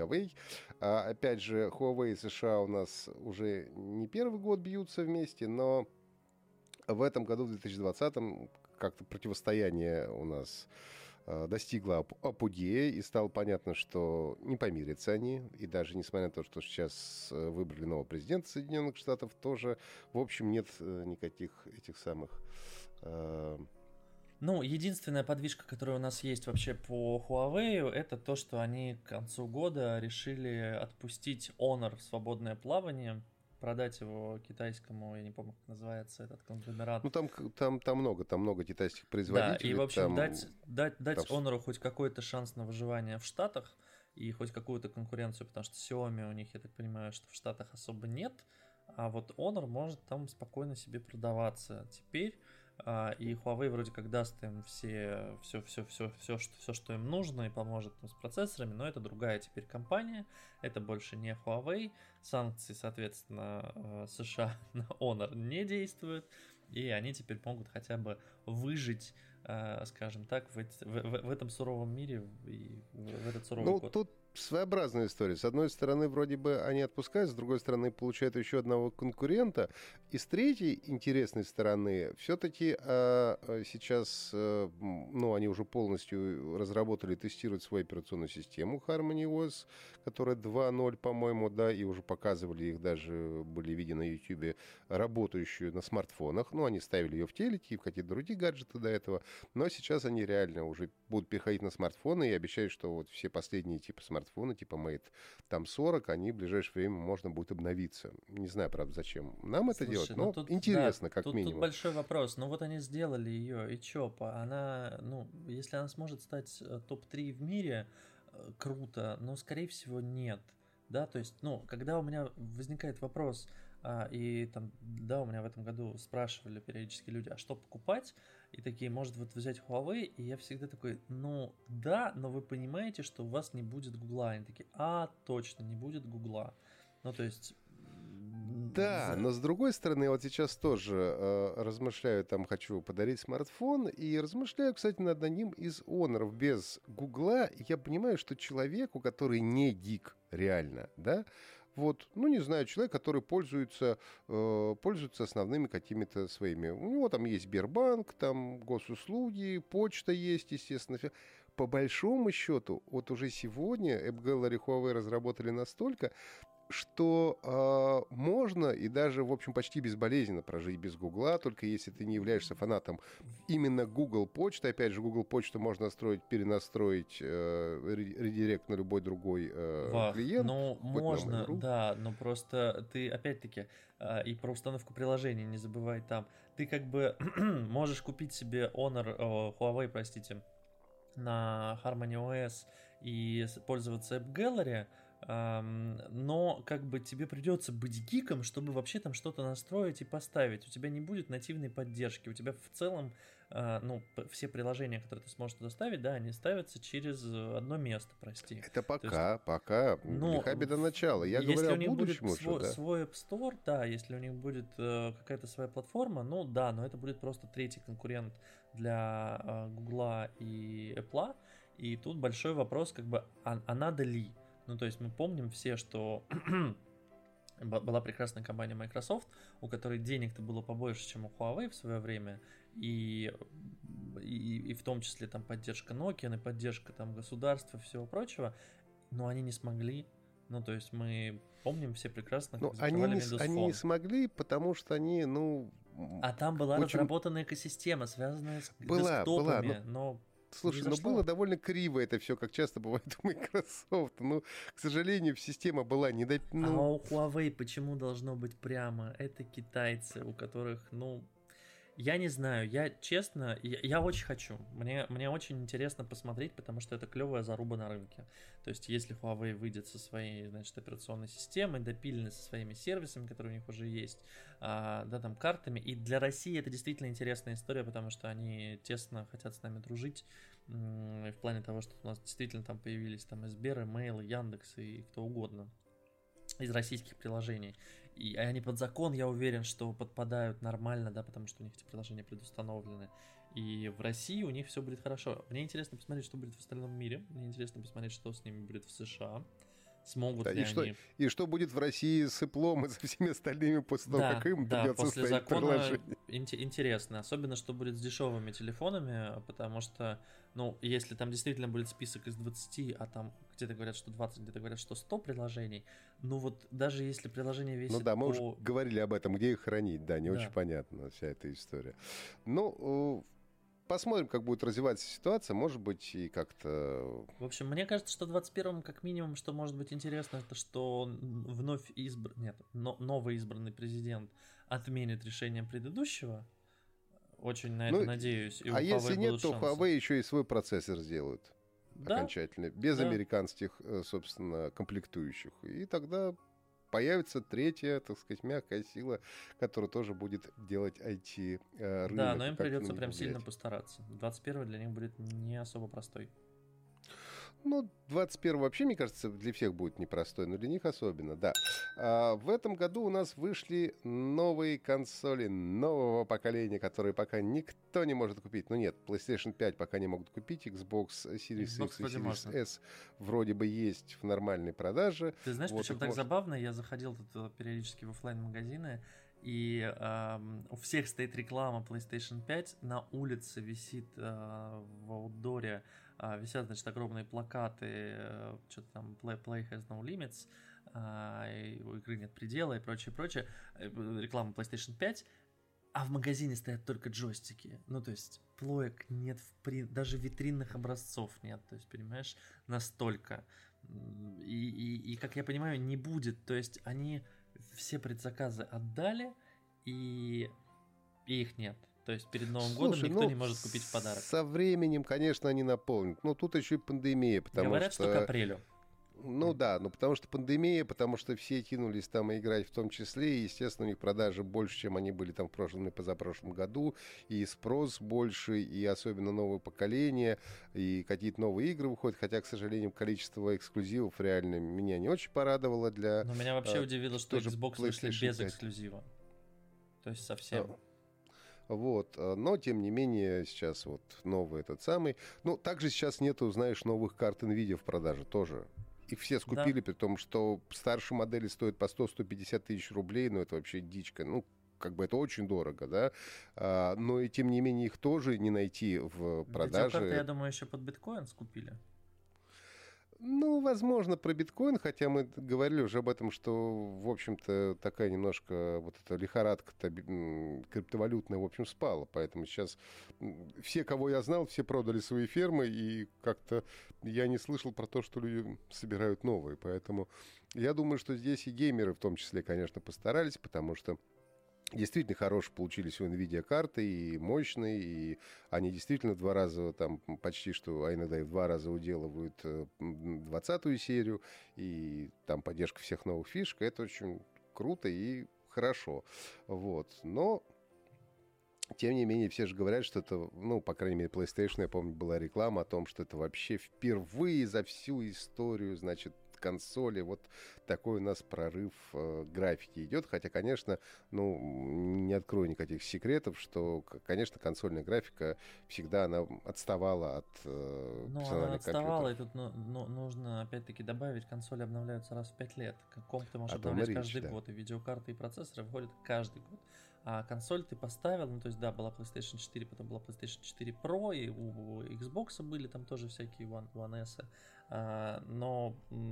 A: Опять же, Huawei и США у нас уже не первый год бьются вместе, но в этом году, в 2020-м, как-то противостояние у нас достигло апогея, и стало понятно, что не помирятся они, и даже несмотря на то, что сейчас выбрали нового президента Соединенных Штатов, тоже, в общем, нет никаких этих самых
B: Ну, единственная подвижка, которая у нас есть вообще по Huawei, это то, что они к концу года решили отпустить Honor в свободное плавание, продать его китайскому, я не помню, как называется этот конгломерат.
A: Ну, там много китайских
B: Да, и,
A: производителей.
B: в общем, дать
A: там...
B: Honor хоть какой-то шанс на выживание в Штатах и хоть какую-то конкуренцию, потому что Xiaomi у них, я так понимаю, что в Штатах особо нет, а вот Honor может там спокойно себе продаваться теперь. И Huawei вроде как даст им все, что им нужно и поможет им с процессорами, но это другая теперь компания, это больше не Huawei, санкции, соответственно, США на Honor не действуют, и они теперь могут хотя бы выжить, скажем так, в этом суровом мире и в этот суровый год.
A: Тут своеобразная история. С одной стороны, вроде бы они отпускают, с другой стороны, получают еще одного конкурента. И с третьей интересной стороны, все-таки сейчас, они уже полностью разработали и тестируют свою операционную систему Harmony OS, которая 2.0, по-моему, да, и уже показывали их, даже были видео на YouTube, работающую на смартфонах. Они ставили ее в телеке и в какие-то другие гаджеты до этого. Но сейчас они реально уже будут переходить на смартфоны и обещают, что вот все последние типа смартфоны, типа Mate там 40, они в ближайшее время можно будет обновиться. Не знаю, правда, зачем нам это делать, но тут, интересно, да, как минимум.
B: Тут большой вопрос. Вот они сделали ее, и чё? Она, если она сможет стать топ-3 в мире, круто, но, скорее всего, нет. Да, то есть, когда у меня возникает вопрос, и там, да, у меня в этом году спрашивали периодически люди, а что покупать? И такие, может, вот взять Huawei? И я всегда такой, да, но вы понимаете, что у вас не будет Гугла. Они такие, точно, не будет Гугла. То есть...
A: Да, но с другой стороны, вот сейчас тоже размышляю, там хочу подарить смартфон, и размышляю, кстати, над одним из Honor без Гугла. Я понимаю, что человеку, который не гик реально, да, не знаю, человек, который пользуется основными какими-то своими... У него там есть Сбербанк, там госуслуги, почта есть, естественно. По большому счету, вот уже сегодня AppGallery Huawei разработали настолько, что можно и даже, в общем, почти безболезненно прожить без Гугла, только если ты не являешься фанатом именно Google почты. Опять же, Google почту можно перенастроить редирект на любой другой клиент.
B: Можно, да, но просто ты, опять-таки, и про установку приложений не забывай там. Ты как бы можешь купить себе Huawei, простите, на Harmony OS и пользоваться App Gallery, но как бы тебе придется быть гиком, чтобы вообще там что-то настроить и поставить. У тебя не будет нативной поддержки. У тебя в целом, все приложения, которые ты сможешь туда ставить, да, они ставятся через одно место, прости.
A: Это пока. Лиха беда начала. Я говорю о будущем уже, да.
B: Свой App Store, да, если у них будет какая-то своя платформа, да, но это будет просто третий конкурент для Гугла и Apple. И тут большой вопрос, как бы, а надо ли? То есть мы помним все, что была прекрасная компания Microsoft, у которой денег-то было побольше, чем у Huawei в свое время, и в том числе там поддержка Nokia, и поддержка там государства и всего прочего, но они не смогли. То есть мы помним все прекрасно, как
A: закрывали Windows Phone. Они не смогли, потому что они,
B: А там была разработана экосистема, связанная с десктопами, но...
A: Слушай, было довольно криво это все, как часто бывает у Microsoft. К сожалению, система была не до...
B: А у Huawei почему должно быть прямо? Это китайцы, у которых, я не знаю, я честно, я очень хочу. Мне очень интересно посмотреть, потому что это клевая заруба на рынке. То есть, если Huawei выйдет со своей, операционной системой, допиленной со своими сервисами, которые у них уже есть, там картами. И для России это действительно интересная история, потому что они тесно хотят с нами дружить. В плане того, что у нас действительно там появились там и Сбер, и Mail, и Яндекс, и кто угодно из российских приложений. И они под закон, я уверен, что подпадают нормально, да, потому что у них эти приложения предустановлены. И в России у них все будет хорошо. Мне интересно посмотреть, что будет в остальном мире. Мне интересно посмотреть, что с ними будет в США. Смогут ли они...
A: И что будет в России с Apple и со всеми остальными после того, как им придется
B: после
A: ставить приложение.
B: Интересно. Особенно, что будет с дешевыми телефонами, потому что, если там действительно будет список из 20, а там где-то говорят, что 20, где-то говорят, что 100 приложений, даже если приложение весит
A: мы уже говорили об этом, где их хранить, да, не очень понятно вся эта история. посмотрим, как будет развиваться ситуация, может быть, и как-то...
B: В общем, мне кажется, что в 21-м, как минимум, что может быть интересно, это что новый избранный президент отменит решение предыдущего. Очень на это надеюсь. И
A: а если нет, то Huawei еще и свой процессор сделают окончательно, без американских, собственно, комплектующих. И тогда появится третья, так сказать, мягкая сила, которая тоже будет делать IT-рынок.
B: Да, но им придется прям сильно постараться. 21-й для них будет не особо простой.
A: Ну, 21 вообще, мне кажется, для всех будет непростой, но для них особенно, да. В этом году у нас вышли новые консоли нового поколения, которые пока никто не может купить. Ну нет, PlayStation 5 пока не могут купить, Xbox Series X и Series S вроде бы есть в нормальной продаже.
B: Ты знаешь, вот, причем так забавно, я заходил тут периодически в офлайн-магазины, и у всех стоит реклама PlayStation 5, на улице висит в аутдоре, висят, значит, огромные плакаты, что-то там Play has no limits, у игры нет предела и прочее, реклама PlayStation 5, а в магазине стоят только джойстики. Ну, то есть, плоек нет, даже витринных образцов нет, то есть, понимаешь, настолько. И, как я понимаю, не будет, то есть, они все предзаказы отдали, и их нет. То есть перед Новым годом никто не может купить в подарок.
A: Со временем, конечно, они наполнят. Но тут еще и пандемия, потому
B: Говорят, что к апрелю.
A: Ну да, потому что пандемия, потому что все кинулись там играть в том числе, и, естественно, у них продажи больше, чем они были там в прошлом и позапрошлом году, и спрос больше, и особенно новое поколение, и какие-то новые игры выходят, хотя, к сожалению, количество эксклюзивов реально меня не очень порадовало для...
B: Но меня вообще удивило, что Xbox вышли без эксклюзива. То есть совсем...
A: Вот, но, тем не менее, сейчас вот новый этот самый. Ну, также сейчас нету, знаешь, новых карт NVIDIA в продаже тоже. Их все скупили, при том, что старшие модели стоят по 100-150 тысяч рублей, но это вообще дичка. Ну, как бы это очень дорого, да. Но и тем не менее их тоже не найти в продаже.
B: Видеокарты, я думаю, еще под биткоин скупили.
A: Ну, возможно, про биткоин, хотя мы говорили уже об этом, что, в общем-то, такая немножко вот эта лихорадка-то криптовалютная, в общем, спала. Поэтому сейчас все, кого я знал, все продали свои фермы, и как-то я не слышал про то, что люди собирают новые. Поэтому я думаю, что здесь и геймеры в том числе, конечно, постарались, потому что действительно хорошие получились у NVIDIA карты, и мощные, и они действительно в 2 раза, там почти что, а иногда и в 2 раза уделывают 20-ю серию, и там поддержка всех новых фишек. Это очень круто и хорошо. Вот. Но, тем не менее, все же говорят, что это, ну, по крайней мере, PlayStation, я помню, была реклама о том, что это вообще впервые за всю историю, значит, консоли, вот такой у нас прорыв графики идет, хотя, конечно, ну, не открою никаких секретов, что, конечно, консольная графика всегда она отставала от персональных
B: она отставала, компьютеров. И тут нужно, опять-таки, добавить, консоли обновляются раз в 5 лет, комп ты можешь обновлять каждый год, и видеокарты, и процессоры выходят каждый год. А консоль ты поставил, ну, то есть, да, была PlayStation 4, потом была PlayStation 4 Pro, и у Xbox были там тоже всякие One S, но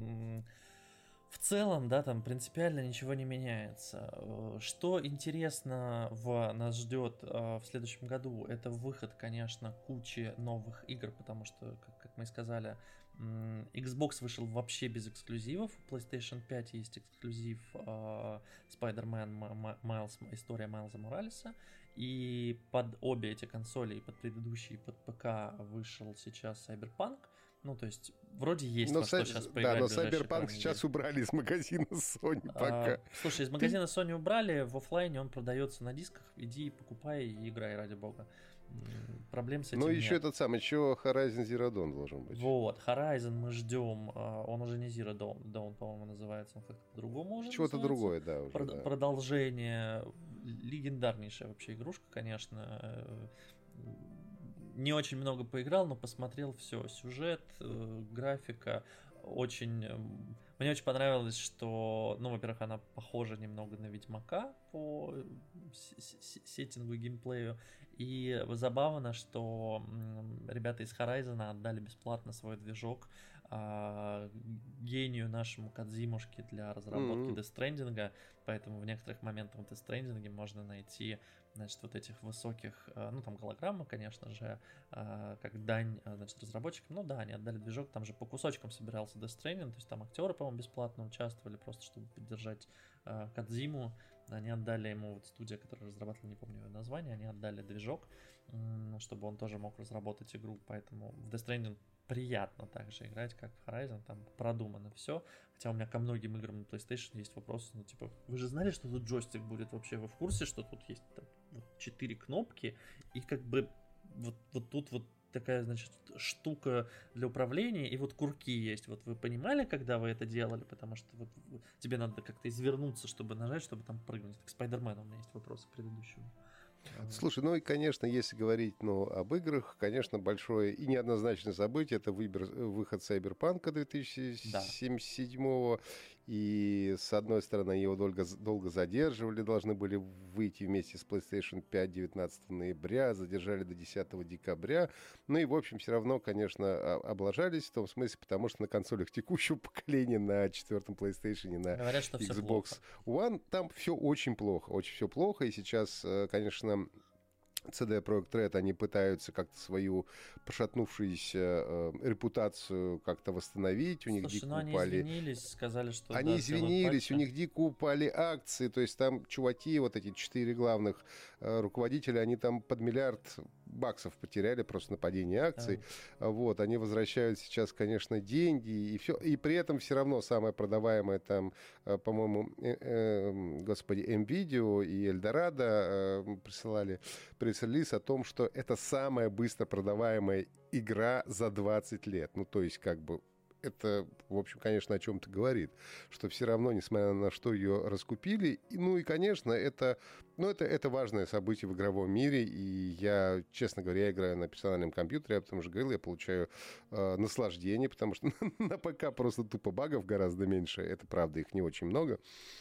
B: в целом, да, там принципиально ничего не меняется. Что интересно нас ждет в следующем году, это выход, конечно, кучи новых игр, потому что, как мы и сказали, Xbox вышел вообще без эксклюзивов, у PlayStation 5 есть эксклюзив Spider-Man история Майлза Моралеса, и под обе эти консоли, и под предыдущие, и под ПК вышел сейчас Cyberpunk. Ну, то есть, вроде есть во что сейчас поиграть.
A: Да, но Cyberpunk сейчас убрали из магазина Sony пока.
B: Слушай, из магазина Sony убрали, в офлайне он продается на дисках. Иди, покупай и играй, ради бога. Проблем с этим нет.
A: Ну, еще этот самый, еще Horizon Zero Dawn должен быть.
B: Вот, Horizon мы ждем. Он уже не Zero Dawn, по-моему, называется. Он как-то по-другому уже
A: чего-то другое, да, уже.
B: Продолжение. Легендарнейшая вообще игрушка, конечно. Не очень много поиграл, но посмотрел все. Сюжет, графика. Мне очень понравилось, что, ну, во-первых, она похожа немного на Ведьмака по сеттингу и геймплею. И забавно, что ребята из Horizon отдали бесплатно свой движок гению нашему Кодзимушке для разработки Death Stranding, поэтому в некоторых моментах в Death Stranding можно найти, значит, вот этих высоких, ну, там голограммы, конечно же, как дань, значит, разработчикам. Ну да, они отдали движок, там же по кусочкам собирался Death Stranding, то есть там актеры, по-моему, бесплатно участвовали, просто чтобы поддержать Кодзиму. Они отдали ему, вот студия, которая разрабатывала, не помню ее название, они отдали движок, чтобы он тоже мог разработать игру, поэтому в Death Stranding приятно так же играть, как в Horizon, там продумано все. Хотя у меня ко многим играм на PlayStation есть вопросы, ну типа, вы же знали, что тут джойстик будет вообще? Вы в курсе, что тут есть там, вот, 4 кнопки, и как бы вот тут вот такая, значит, штука для управления, и вот курки есть. Вот вы понимали, когда вы это делали? Потому что вот тебе надо как-то извернуться, чтобы нажать, чтобы там прыгнуть. К Спайдермену у меня есть вопрос к предыдущему.
A: Слушай, ну и, конечно, если говорить об играх, конечно, большое и неоднозначное событие — это выход Cyberpunk 2077. И, с одной стороны, его долго задерживали, должны были выйти вместе с PlayStation 5 19 ноября, задержали до 10 декабря. Ну и, в общем, все равно, конечно, облажались в том смысле, потому что на консолях текущего поколения, на 4-м PlayStation, на
B: говорят, что
A: Xbox One, там все очень плохо, очень все плохо. И сейчас, конечно, CD Projekt Red, они пытаются как-то свою пошатнувшуюся репутацию как-то восстановить. У них дико
B: они
A: упали...
B: извинились, сказали, что...
A: Они извинились, у них дико упали акции. То есть там чуваки, вот эти 4 главных руководителя, они там под $1 миллиард потеряли просто на падение акций. Вот, они возвращают сейчас, конечно, деньги и все. И при этом все равно самое продаваемое там, по-моему, господи, NVIDIA и Eldorado присылали пресс-релиз о том, что это самая быстро продаваемая игра за 20 лет. Ну, то есть, как бы, это, в общем, конечно, о чем-то говорит, что все равно, несмотря на что ее раскупили, ну и, конечно, это важное событие в игровом мире, и я, честно говоря, я играю на персональном компьютере, я потому что говорил, я получаю наслаждение, потому что на ПК просто тупо багов гораздо меньше, это правда, их не очень много.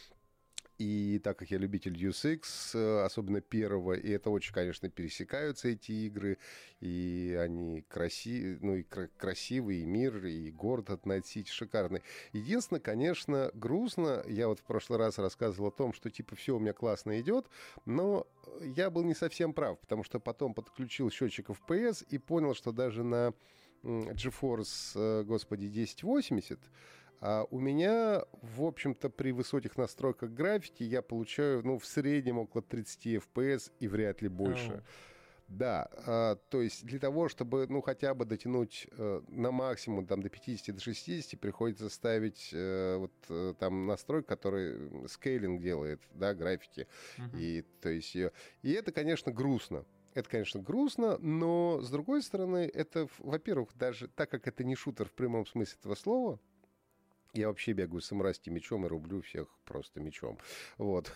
A: И так как я любитель Deus Ex, особенно первого, и это очень, конечно, пересекаются эти игры, и они красивые, и мир, и город от Найт-Сити шикарный. Единственное, конечно, грустно, я вот в прошлый раз рассказывал о том, что типа все у меня классно идет, но я был не совсем прав, потому что потом подключил счетчик FPS и понял, что даже на GeForce, 1080 у меня, в общем-то, при высоких настройках графики я получаю, в среднем около 30 FPS и вряд ли больше. Да, то есть для того, чтобы, хотя бы дотянуть на максимум там, до 50, до 60, приходится ставить там настройку, который скейлинг делает, да, графики. И, то есть, и это, конечно, грустно. Это, конечно, грустно, но, с другой стороны, это, во-первых, даже так как это не шутер в прямом смысле этого слова, я вообще бегаю с самурайским мечом и рублю всех просто мечом. Вот.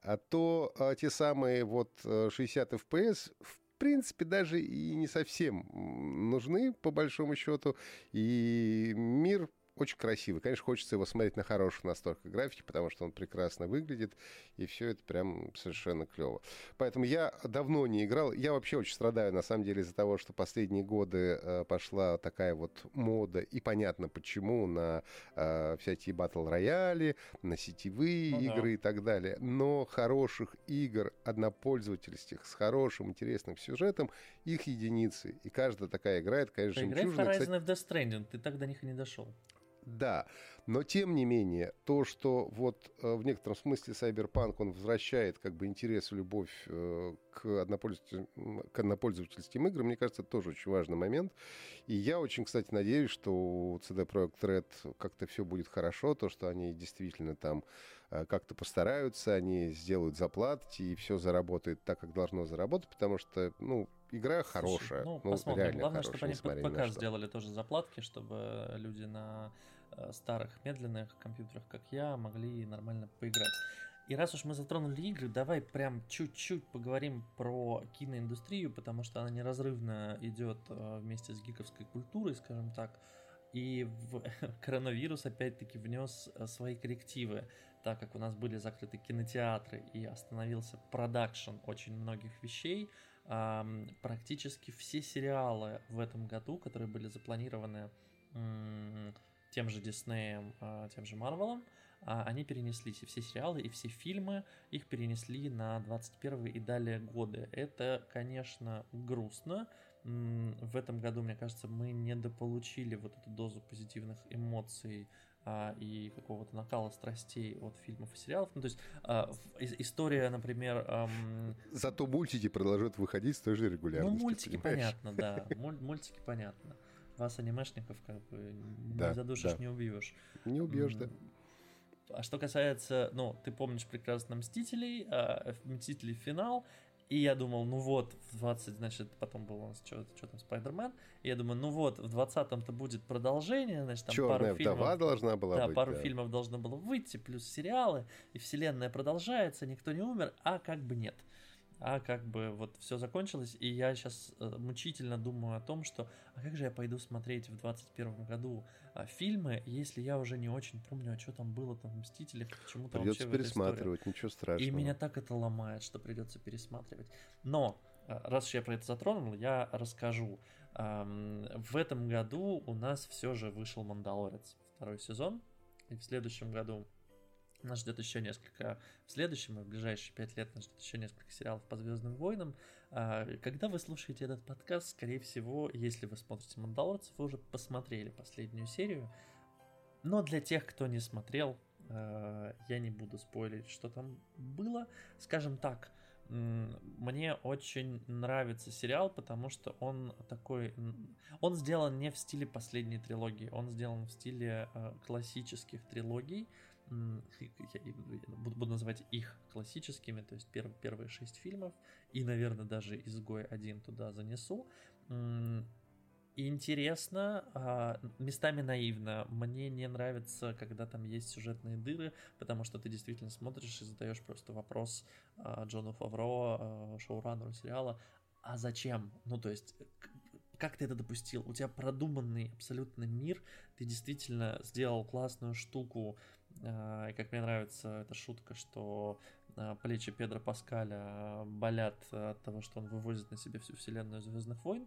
A: Те самые 60 FPS, в принципе, даже и не совсем нужны, по большому счету. И мир очень красивый. Конечно, хочется его смотреть на хороших настройках графики, потому что он прекрасно выглядит, и все это прям совершенно клево. Поэтому я давно не играл. Я вообще очень страдаю, на самом деле, из-за того, что последние годы пошла такая вот мода, и понятно почему, на всякие батл-рояли, на сетевые игры и так далее. Но хороших игр однопользовательских, с хорошим, интересным сюжетом, их единицы. И каждая такая игра, это, конечно, жемчужина.
B: Поиграй в Horizon и в Death Stranding, ты так до них и не дошел.
A: Да, но тем не менее, то, что в некотором смысле Cyberpunk, он возвращает как бы интерес и любовь к однопользовательским играм, мне кажется, это тоже очень важный момент. И я очень, кстати, надеюсь, что у CD Projekt Red как-то все будет хорошо, то, что они действительно там как-то постараются, они сделают заплатки, и все заработает так, как должно заработать, потому что, игра хорошая.
B: Посмотрим. Главное, чтобы они под ПК сделали тоже заплатки, чтобы люди на старых медленных компьютерах, как я, могли нормально поиграть. И раз уж мы затронули игры, давай прям чуть-чуть поговорим про киноиндустрию, потому что она неразрывно идет вместе с гиковской культурой, скажем так. И коронавирус опять-таки внес свои коррективы, так как у нас были закрыты кинотеатры и остановился продакшн очень многих вещей. Практически все сериалы в этом году, которые были запланированы тем же Диснеем, тем же Марвелом, они перенеслись, и все сериалы, и все фильмы их перенесли на 21 и далее годы. Это, конечно, грустно. В этом году, мне кажется, мы недополучили вот эту дозу позитивных эмоций и какого-то накала страстей от фильмов и сериалов. Ну, то есть история, например...
A: Зато мультики продолжают выходить с той же регулярностью.
B: Ну, мультики понятно, да. Мультики понятно. Вас, анимешников, как бы не задушишь, не убьешь.
A: Не убьешь, да.
B: А что касается, ну, ты помнишь прекрасно Мстителей, Мстителей финал, и я думал, ну вот, в 20, значит, потом был у нас что там, Спайдермен, и я думаю, ну вот, в 20-м-то будет продолжение, значит, там
A: Черная
B: пару фильмов...
A: вдова должна была быть,
B: пару фильмов должно было выйти, плюс сериалы, и вселенная продолжается, никто не умер, а как бы нет. А как бы вот все закончилось, и я сейчас мучительно думаю о том, что а как же я пойду смотреть в 2021 году фильмы, если я уже не очень помню, а что там было там в «Мстителях», почему-то
A: придется
B: вообще
A: пересматривать, ничего страшного.
B: И меня так это ломает, что придется пересматривать. Но, раз уж я про это затронул, я расскажу. В этом году у нас все же вышел «Мандалорец», 2-й сезон, и в следующем году нас ждет еще несколько... В следующем и в ближайшие 5 лет нас ждет еще несколько сериалов по «Звездным войнам». Когда вы слушаете этот подкаст, скорее всего, если вы смотрите «Мандалорцев», вы уже посмотрели последнюю серию. Но для тех, кто не смотрел, я не буду спойлерить, что там было. Скажем так, мне очень нравится сериал, потому что он такой... Он сделан не в стиле последней трилогии, он сделан в стиле классических трилогий. Я буду называть их классическими, то есть первые 6 фильмов, и, наверное, даже «Изгой 1» туда занесу. Интересно, местами наивно. Мне не нравится, когда там есть сюжетные дыры, потому что ты действительно смотришь и задаешь просто вопрос Джону Фавро, шоураннеру сериала, а зачем? Ну, то есть... Как ты это допустил? У тебя продуманный абсолютно мир, ты действительно сделал классную штуку, и как мне нравится эта шутка, что плечи Педро Паскаля болят от того, что он вывозит на себе всю вселенную «Звездных войн».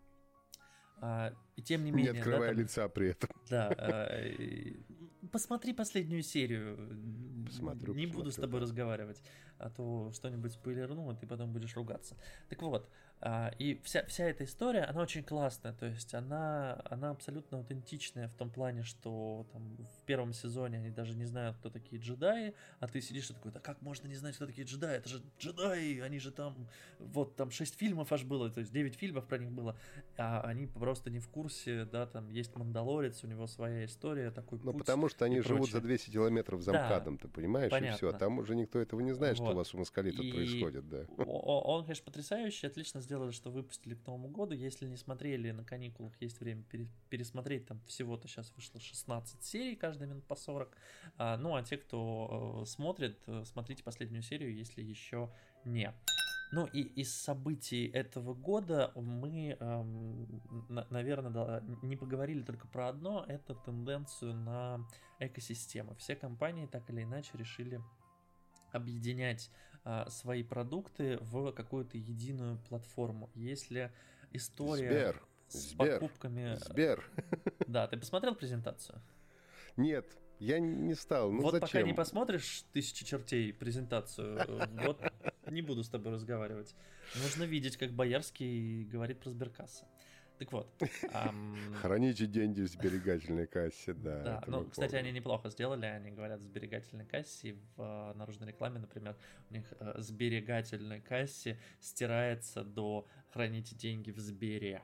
B: И тем не менее...
A: Не открывая лица при этом.
B: Да. Посмотри последнюю серию. Не буду с тобой разговаривать, а то что-нибудь спойлерну, и ты потом будешь ругаться. Так вот, и вся эта история, она очень классная, то есть она абсолютно аутентичная в том плане, что там в первом сезоне они даже не знают, кто такие джедаи, а ты сидишь и такой, да как можно не знать, кто такие джедаи? Это же джедаи, они же там, вот там 6 фильмов аж было, то есть 9 фильмов про них было, а они просто не в курсе, да, там есть Мандалорец, у него своя история, такой путь.
A: Ну, потому что они живут за 200 километров за МКАДом, ты понимаешь,
B: понятно.
A: И все, а там уже никто этого не знает, что у вас у москалей тут происходит, да.
B: Он, конечно, потрясающий, отлично сделали, что выпустили к Новому году. Если не смотрели на каникулах, есть время пересмотреть. Там всего-то сейчас вышло 16 серий, каждая минут по 40. Ну, а те, кто смотрит, смотрите последнюю серию, если еще не. Ну, и из событий этого года мы, наверное, не поговорили только про одно, это тенденцию на экосистемы. Все компании так или иначе решили объединять свои продукты в какую-то единую платформу. Если история покупками...
A: Сбер.
B: Да, ты посмотрел презентацию?
A: Нет, я не стал. Ну,
B: вот
A: зачем?
B: Пока не посмотришь «Тысячи чертей» презентацию, вот не буду с тобой разговаривать. Нужно видеть, как Боярский говорит про сберкассы. Так вот.
A: Храните деньги в сберегательной кассе, да.
B: Да, ну, кстати, они неплохо сделали. Они говорят в сберегательной кассе, в наружной рекламе, например, у них сберегательной кассе стирается до «храните деньги в Сбере».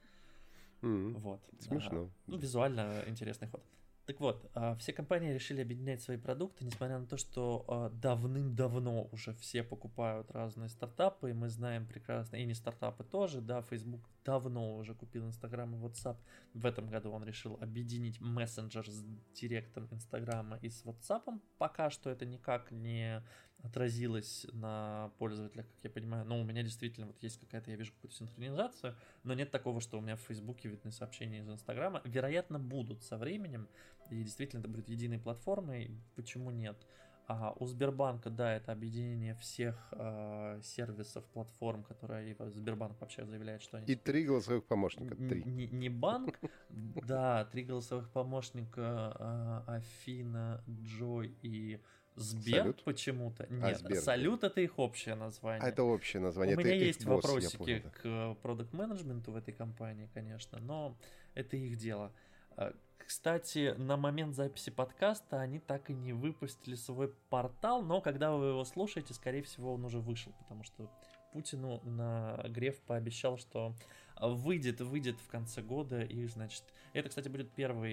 B: Вот.
A: Смешно.
B: Ну, визуально интересный ход. Так вот, все компании решили объединять свои продукты, несмотря на то, что давным-давно уже все покупают разные стартапы, и мы знаем прекрасно, и не стартапы тоже, да, Facebook давно уже купил Instagram и WhatsApp. В этом году он решил объединить мессенджер с директом Инстаграма и с WhatsApp. Пока что это никак не отразилось на пользователях, как я понимаю. Но у меня действительно вот есть какая-то, я вижу какую-то синхронизацию, но нет такого, что у меня в Фейсбуке видны сообщения из Инстаграма. Вероятно, будут со временем, и действительно это будет единой платформой. Почему нет? А у Сбербанка, да, это объединение всех сервисов, платформ, которые Сбербанк вообще заявляет, что они
A: И 3 голосовых помощника. 3.
B: не банк, да, 3 голосовых помощника, Афина, Джой и Сбер
A: Салют?
B: почему-то. Нет,
A: Сбер.
B: Салют это их общее название.
A: Это общее название.
B: У
A: это
B: меня
A: их
B: есть
A: босс,
B: вопросики
A: понял, да.
B: к продакт-менеджменту в этой компании, конечно, но это их дело. Кстати, на момент записи подкаста они так и не выпустили свой портал, но когда вы его слушаете, скорее всего, он уже вышел, потому что Путину на Греф пообещал, что выйдет в конце года, и, значит, это, кстати, будет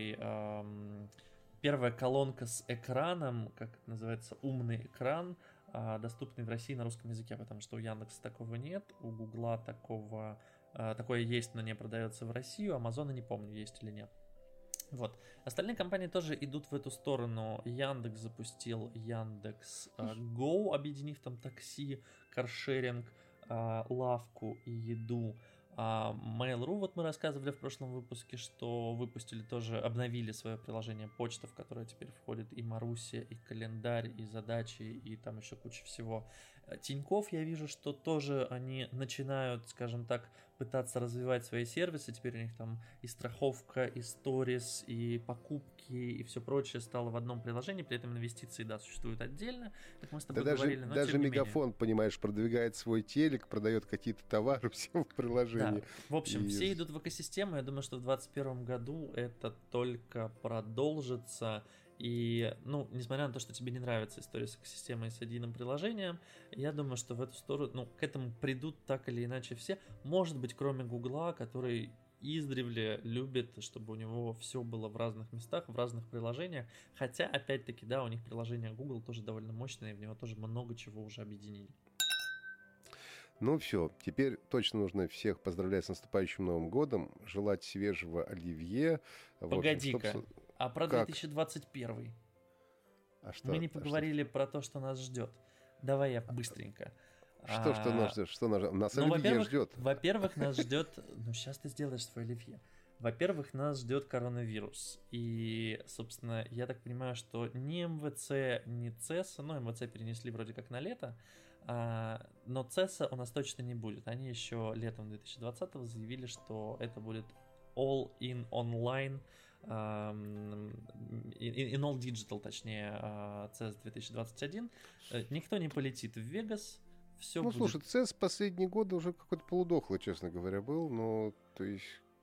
B: первая колонка с экраном, как это называется, умный экран, доступный в России на русском языке, потому что у Яндекса такого нет, у Гугла такое есть, но не продается в Россию, Амазона не помню, есть или нет. Вот. Остальные компании тоже идут в эту сторону. Яндекс запустил Яндекс Go, объединив там такси, каршеринг, лавку и еду. Mail.ru, вот мы рассказывали в прошлом выпуске, что выпустили тоже, обновили свое приложение почта, в которое теперь входит и Маруся, и календарь, и задачи, и там еще куча всего. Тинькофф, я вижу, что тоже они начинают, скажем так, пытаться развивать свои сервисы. Теперь у них там и страховка, и сторис, и покупки, и все прочее стало в одном приложении. При этом инвестиции, да, существуют отдельно, как мы с тобой говорили. Но
A: даже
B: тем не
A: Мегафон, понимаешь, продвигает свой телек, продает какие-то товары, все в приложении.
B: Да. В общем, все идут в экосистему. Я думаю, что в 2021 году это только продолжится. И, несмотря на то, что тебе не нравится история с экосистемой и с единым приложением, я думаю, что в эту сторону, к этому придут так или иначе все. Может быть, кроме Гугла, который издревле любит, чтобы у него все было в разных местах, в разных приложениях. Хотя, опять-таки, да, у них приложение Google тоже довольно мощное, и в него тоже много чего уже объединили.
A: Ну все, теперь точно нужно всех поздравлять с наступающим Новым годом, желать свежего оливье.
B: Погоди-ка, а про 2021? Мы не поговорили про то, что нас ждет. Давай я быстренько.
A: Что нас ждет? Что нас оливье ждет?
B: Во-первых, нас ждет... сейчас ты сделаешь свой оливье. Во-первых, нас ждет коронавирус. И, собственно, я так понимаю, что ни МВЦ, ни ЦЕС, МВЦ перенесли вроде как на лето, но ЦЕСа у нас точно не будет. Они еще летом 2020 заявили, что это будет all in online, in all digital, точнее, CES 2021. Никто не полетит в Вегас. Все будет...
A: слушай, CES последние годы уже какой-то полудохлый, честно говоря, был, но, то есть...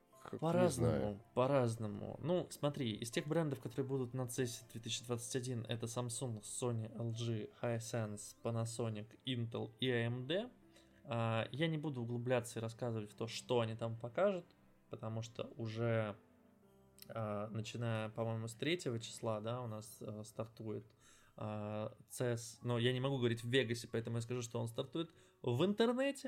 B: По-разному. Смотри, из тех брендов, которые будут на CES 2021, это Samsung, Sony, LG, Hisense, Panasonic, Intel и AMD. Я не буду углубляться и рассказывать в то, что они там покажут, потому что уже начиная, по-моему, с 3 числа, да, у нас стартует CES, но я не могу говорить в Вегасе, поэтому я скажу, что он стартует в интернете.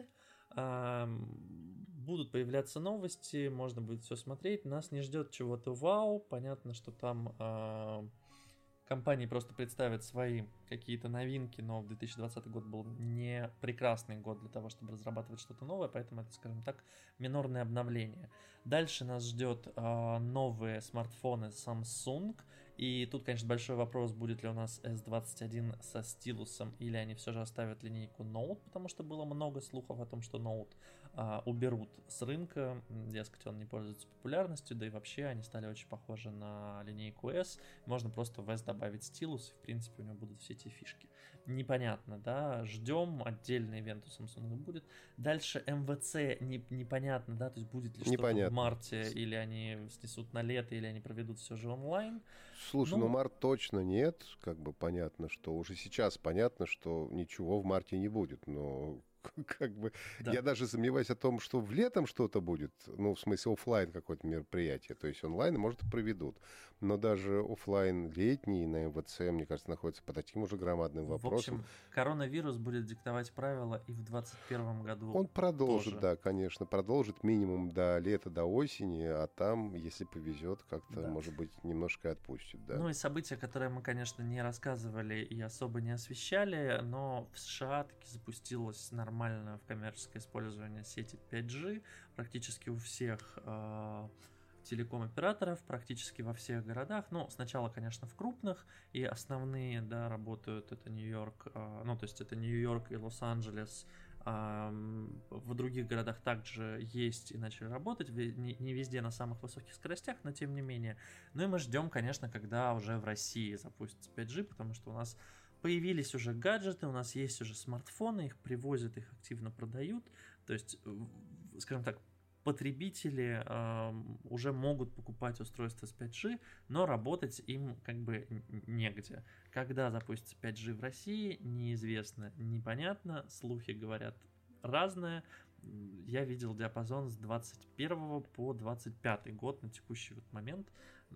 B: Будут появляться новости, можно будет все смотреть. Нас не ждет чего-то вау. Понятно, что там компании просто представят свои какие-то новинки, но 2020 год был не прекрасный год для того, чтобы разрабатывать что-то новое, поэтому это, скажем так, минорное обновление. Дальше нас ждет новые смартфоны Samsung. И тут, конечно, большой вопрос, будет ли у нас S21 со стилусом, или они все же оставят линейку Note, потому что было много слухов о том, что Note уберут с рынка, дескать, он не пользуется популярностью, да и вообще они стали очень похожи на линейку S, можно просто в S добавить стилус, и в принципе у него будут все эти фишки. Непонятно, да, ждем, отдельный ивент у Samsung будет. Дальше МВЦ непонятно, да, то есть будет ли что-то в марте, или они снесут на лето, или они проведут все же онлайн.
A: Слушай, март точно нет, как бы понятно, что уже сейчас понятно, что ничего в марте не будет, но как бы да. Я даже сомневаюсь о том, что в летом что-то будет, в смысле офлайн какое-то мероприятие, то есть онлайн, может, и проведут, но даже офлайн летний на МВЦ, мне кажется, находится под таким уже громадным вопросом.
B: В общем, коронавирус будет диктовать правила и в 2021 году.
A: Он продолжит,
B: тоже.
A: Да, конечно, продолжит минимум до лета, до осени, а там, если повезет, как-то, может быть, немножко отпустит, да.
B: И события, которые мы, конечно, не рассказывали и особо не освещали, но в США таки запустилась нормально в коммерческое использование сети 5G. Практически у всех телеком-операторов практически во всех городах. Ну, сначала, конечно, в крупных, и основные, да, работают, это Нью-Йорк, ну, то есть это Нью-Йорк и Лос-Анджелес. В других городах также есть и начали работать, не везде на самых высоких скоростях, но тем не менее. Ну и мы ждем, конечно, когда уже в России запустится 5G, потому что у нас появились уже гаджеты, у нас есть уже смартфоны, их привозят, их активно продают. То есть, скажем так, потребители уже могут покупать устройства с 5G, но работать им как бы негде. Когда запустится 5G в России, неизвестно, непонятно, слухи говорят разное. Я видел диапазон с 21 по 25 год на текущий вот момент.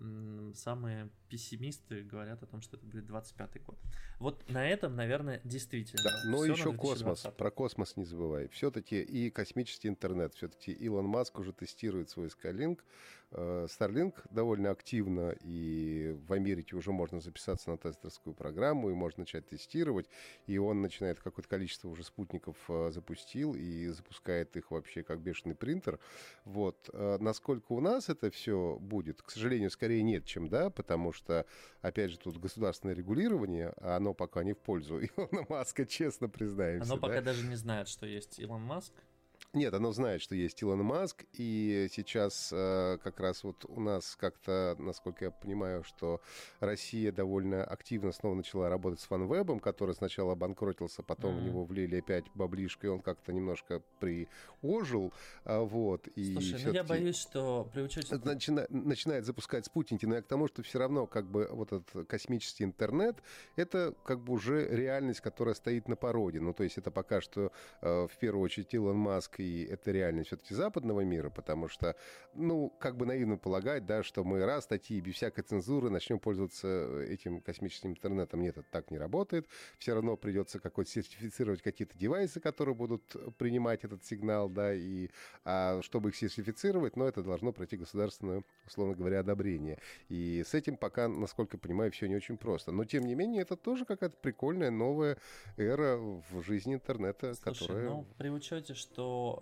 B: Самые пессимисты говорят о том, что это будет 25-й год. Вот на этом, наверное, действительно.
A: Да, но еще космос. Про космос не забывай. Все-таки и космический интернет. Все-таки Илон Маск уже тестирует свой Starlink. Starlink довольно активно, и в Америке уже можно записаться на тестерскую программу, и можно начать тестировать. И он начинает какое-то количество уже спутников запустил, и запускает их вообще как бешеный принтер. Вот. Насколько у нас это все будет, к сожалению, скорее нет, чем да, потому что, опять же, тут государственное регулирование, а оно пока не в пользу Илона Маска, честно признаемся.
B: Оно пока даже не знает, что есть Илон Маск.
A: Нет, оно знает, что есть Илон Маск, и сейчас как раз вот у нас как-то, насколько я понимаю, что Россия довольно активно снова начала работать с OneWeb, который сначала обанкротился, потом в него влили опять баблишко, и он как-то немножко приожил, вот. И
B: слушай, ну я боюсь, что при учете...
A: Начинает запускать спутники, но я к тому, что все равно как бы вот этот космический интернет, это как бы уже реальность, которая стоит на пороге, ну то есть это пока что в первую очередь Илон Маск, и это реальность все-таки западного мира, потому что, ну, как бы наивно полагать, да, что мы раз такие без всякой цензуры начнем пользоваться этим космическим интернетом. Нет, это так не работает. Все равно придется какой-то сертифицировать какие-то девайсы, которые будут принимать этот сигнал, да, и чтобы их сертифицировать, но это должно пройти государственное, условно говоря, одобрение. И с этим пока, насколько я понимаю, все не очень просто. Но, тем не менее, это тоже какая-то прикольная новая эра в жизни интернета.
B: Слушай,
A: которая...
B: ну, при учете, что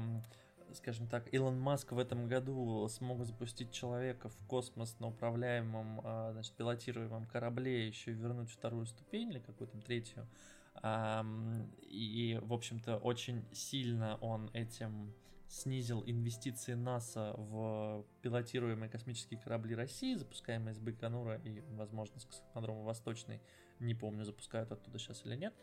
B: скажем так, Илон Маск в этом году смог запустить человека в космос на управляемом, значит, пилотируемом корабле, еще вернуть вторую ступень или какую-то третью. И, в общем-то, очень сильно он этим снизил инвестиции НАСА в пилотируемые космические корабли России, запускаемые с Байконура и, возможно, с космодрома Восточный, не помню, запускают оттуда сейчас или нет,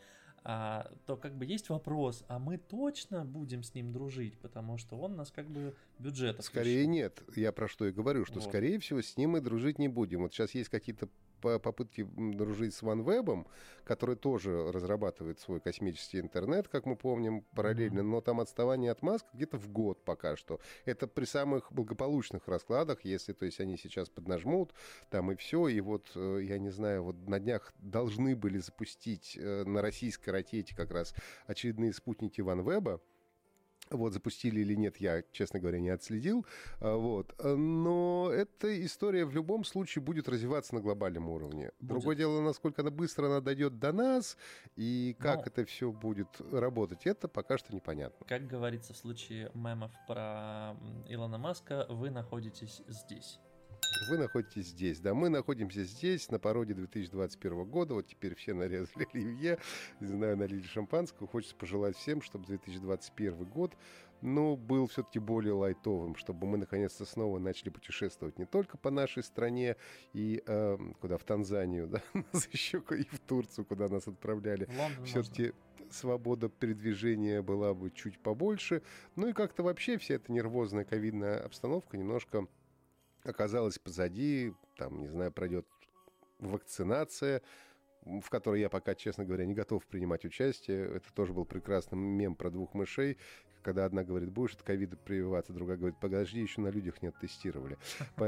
B: то как бы есть вопрос, а мы точно будем с ним дружить, потому что он нас как бы бюджет отключил.
A: Скорее нет, я про что и говорю, что
B: вот.
A: Скорее всего с ним мы дружить не будем. Вот сейчас есть какие-то попытки дружить с OneWeb, который тоже разрабатывает свой космический интернет, как мы помним, параллельно, но там отставание от Маска где-то в год пока что. Это при самых благополучных раскладах, если, то есть, они сейчас поднажмут, там и все, и вот, я не знаю, вот на днях должны были запустить на российской ракете как раз очередные спутники OneWeb. Вот, запустили или нет, я, честно говоря, не отследил. Вот. Но эта история в любом случае будет развиваться на глобальном уровне. Другое дело, насколько она быстро она дойдет до нас, и как это все будет работать, это пока что непонятно.
B: Как говорится в случае мемов про Илона Маска, вы находитесь здесь.
A: Вы находитесь здесь, да, мы находимся здесь, на пороге 2021 года, вот теперь все нарезали оливье, не знаю, налили шампанского, хочется пожелать всем, чтобы 2021 год, ну, был все-таки более лайтовым, чтобы мы наконец-то снова начали путешествовать не только по нашей стране и куда, в Танзанию, да, нас еще и в Турцию, куда нас отправляли, все-таки свобода передвижения была бы чуть побольше, ну и как-то вообще вся эта нервозная ковидная обстановка немножко оказалось позади, там, не знаю, пройдет вакцинация, в которой я пока, честно говоря, не готов принимать участие. Это тоже был прекрасный мем про двух мышей, когда одна говорит, будешь от ковида прививаться, другая говорит, подожди, еще на людях не оттестировали.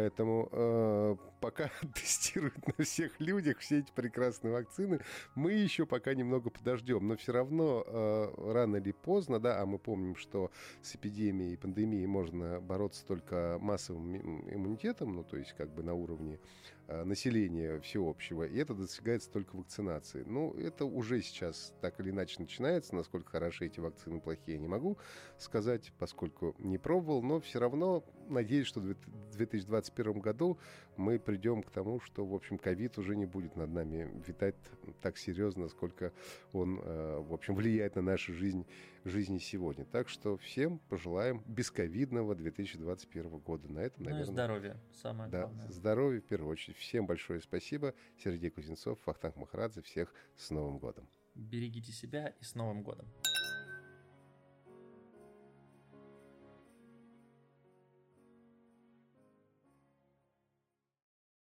A: Поэтому пока тестируют на всех людях все эти прекрасные вакцины, мы еще пока немного подождем. Но все равно рано или поздно, да, а мы помним, что с эпидемией и пандемией можно бороться только массовым иммунитетом, ну, то есть как бы на уровне населения всеобщего, и это достигается только вакцинацией. Ну, это уже сейчас так или иначе начинается. Насколько хороши эти вакцины, плохие, я не могу сказать, поскольку не пробовал, но все равно надеюсь, что в 2021 году мы придем к тому, что, в общем, ковид уже не будет над нами витать так серьезно, сколько он, в общем, влияет на нашу жизнь сегодня. Так что всем пожелаем бесковидного 2021 года. На этом, наверное...
B: Ну и здоровья, самое главное.
A: Да, здоровья в первую очередь. Всем большое спасибо. Сергей Кузнецов, Вахтанг Махарадзе. Всех с Новым годом.
B: Берегите себя и с Новым годом.